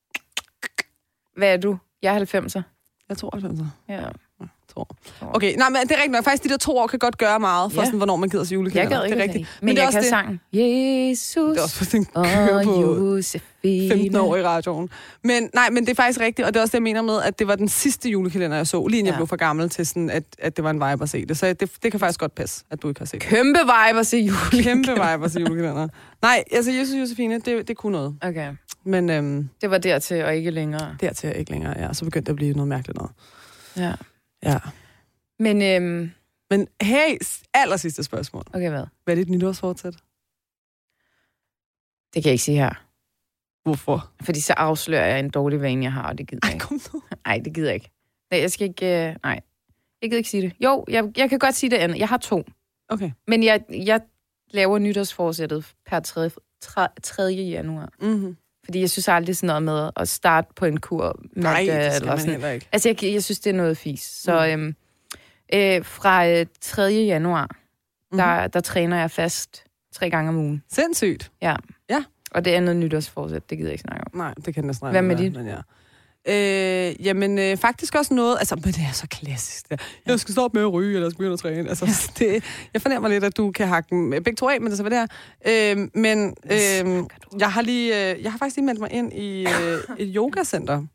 Hvad er du? Jeg er halvfemser. Jeg er tooghalvfemser. Ja. To år. Okay, nej, men det er rigtigt nok. Faktisk, de der to år kan godt gøre meget for, ja. sådan, hvornår man gider sig julekalender. Jeg gad ikke. Det er rigtigt. Men, men det er jeg også kan det. sangen. Jesus det er også sådan, kører på Josefine. femten år i radioen. Men nej, men det er faktisk rigtigt, og det er også det, jeg mener med, at det var den sidste julekalender, jeg så, lige inden ja. jeg blev for gammel til, sådan, at, at det var en vibe at se det. Så det, det kan faktisk godt passe, at du ikke har set det. Kæmpe vibe at se julekalender. Kæmpe vibe at se julekalender. Nej, altså Jesus og Josefine, det, det kunne noget. Okay. Men øhm, det var dertil, og ikke længere. Dertil ikke længere, ja. Så begyndte det at blive noget mærkeligt noget. Ja. Ja. Men, øhm... Men hey, aller sidste spørgsmål. Okay, hvad? Hvad er dit nytårsfortsæt? Det kan jeg ikke sige her. Hvorfor? Fordi så afslører jeg en dårlig vane, jeg har, og det gider jeg ikke. Ej, kom nu. Nej, det gider jeg ikke. Nej, jeg skal ikke... Øh, nej, jeg gider ikke sige det. Jo, jeg, jeg kan godt sige det andet. Jeg har to. Okay. Men jeg, jeg laver nytårsforsættet per tredje januar. Mhm. Fordi jeg synes aldrig sådan noget med at starte på en kur. Nej, det skal eller man sådan. heller ikke. Altså, jeg, jeg synes, det er noget fis. Så mm. øhm, øh, fra øh, tredje januar, mm. der, der træner jeg fast tre gange om ugen. Sindssygt. Ja. Ja. Og det er noget nytårsforsæt, det gider jeg ikke snakke om. Nej, det kan næsten Hvad med dit? Men ja. Øh, jamen, øh, faktisk også noget... Altså, men det er så klassisk. Det. Jeg skal stoppe med at ryge, eller jeg skal begynde at træne. Altså, ja. det, jeg fornemmer lidt, at du kan hakke dem begge to af, men det er så, hvad det er. Øh, men øh, jeg har lige... Øh, jeg har faktisk lige meldt mig ind i øh, et yogacenter. Okay.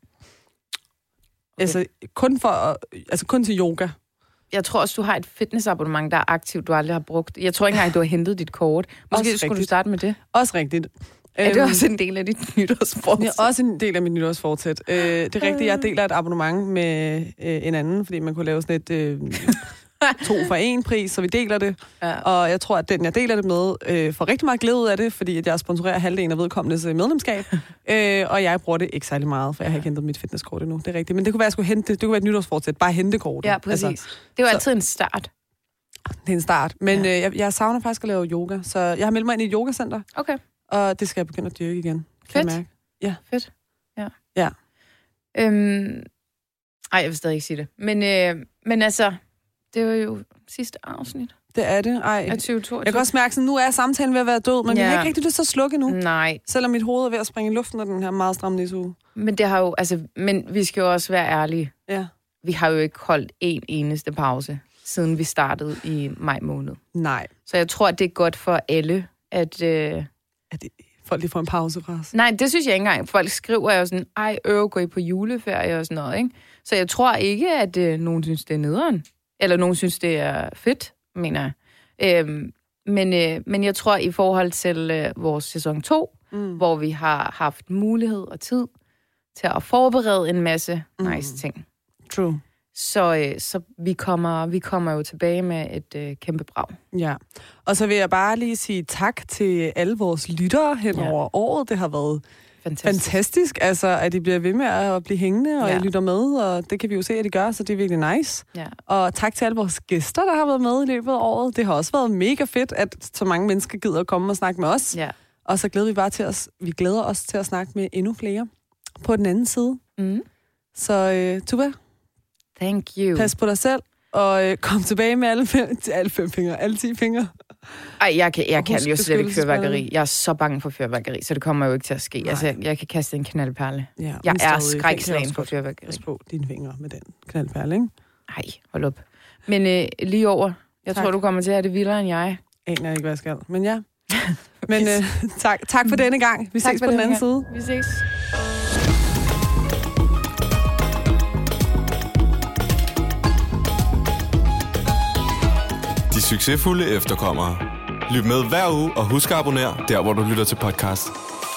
Altså, kun for... Altså, kun til yoga. Jeg tror også, du har et fitnessabonnement, der er aktivt, du aldrig har brugt. Jeg tror ikke engang, du har hentet dit kort. Måske også skulle rigtigt. Du starte med det. Også rigtigt. Er det også en del af dit nytårsfortsæt? Det er også en del af mit nytårsfortsæt. Øh, det er rigtigt, jeg deler et abonnement med øh, en anden, fordi man kunne lave sådan et øh, to for en pris, så vi deler det. Ja. Og jeg tror, at den, jeg deler det med, øh, får rigtig meget glæde ud af det, fordi at jeg sponsorerer halvdelen af vedkommendes medlemskab. øh, og jeg bruger det ikke særlig meget, for jeg har ikke hentet mit fitnesskort endnu. Det er rigtigt. Men det kunne være, at jeg skulle hente det. Det kunne være et nytårsfortsæt. Bare hente kortet. Ja, præcis. Altså, det var altid så, en start. Det er en start. Men ja. øh, jeg, jeg savner faktisk at lave yoga, så jeg har meldt mig ind i et yogacenter. Okay. Og det skal jeg begynde at dyrke igen. Fedt. Mærke. Ja. Fedt. Ja. Ja. Øhm, ej, jeg vil stadig ikke sige det. Men, øh, men altså, det var jo sidste afsnit. Det er det. Ej. Af tyve toogtyve. Jeg kan også mærke, at nu er samtalen ved at være død, men ja. jeg har ikke rigtig lyst til at slukke nu. Nej. Selvom mit hoved er ved at springe i luften af den her meget stramme nisseuge. Men det har jo, altså, men vi skal jo også være ærlige. Ja. Vi har jo ikke holdt en eneste pause, siden vi startede i maj måned. Nej. Så jeg tror, at det er godt for alle, at... Øh, at det, folk lige får en pause fra os. Nej, det synes jeg ikke engang. Folk skriver jo sådan, ej, øv, gå I på juleferie og sådan noget, ikke? Så jeg tror ikke, at øh, nogen synes, det er nederen. Eller nogen synes, det er fedt, mener jeg. Øhm, men, øh, men jeg tror, i forhold til øh, vores sæson to, mm. hvor vi har haft mulighed og tid til at forberede en masse mm. nice ting. True. Så, øh, så vi, kommer, vi kommer jo tilbage med et øh, kæmpe brag. Ja, og så vil jeg bare lige sige tak til alle vores lyttere hen ja. over året. Det har været fantastisk. fantastisk, altså at I bliver ved med at blive hængende, og ja. I lytter med, og det kan vi jo se, at I gør, så det er virkelig nice. Ja. Og tak til alle vores gæster, der har været med i løbet af året. Det har også været mega fedt, at så mange mennesker gider at komme og snakke med os. Ja. Og så glæder vi bare til os, vi glæder os til at snakke med endnu flere på den anden side. Mm. Så øh, Tuba, thank you. Pas på dig selv, og øh, kom tilbage med alle fem, alle fem fingre, alle ti fingre. Ej, jeg kan, jeg kan jo slet ikke fyrværkeri. Jeg er så bange for fyrværkeri, så det kommer jo ikke til at ske. Nej. Altså, jeg, jeg kan kaste en knaldperle. Ja, jeg er skrækslagen for fyrværkeri. Pas på dine fingre med den knaldperle, ikke? Ej, hold op. Men øh, lige over. Jeg tak. tror, du kommer til at have det vildere end jeg. Aner ikke, hvad jeg skal. Men ja. Men øh, tak, tak for denne gang. Vi tak ses på den anden gang. side. Vi ses. De succesfulde efterkommere. Lyt med hver uge, og husk at abonnere der, hvor du lytter til podcast.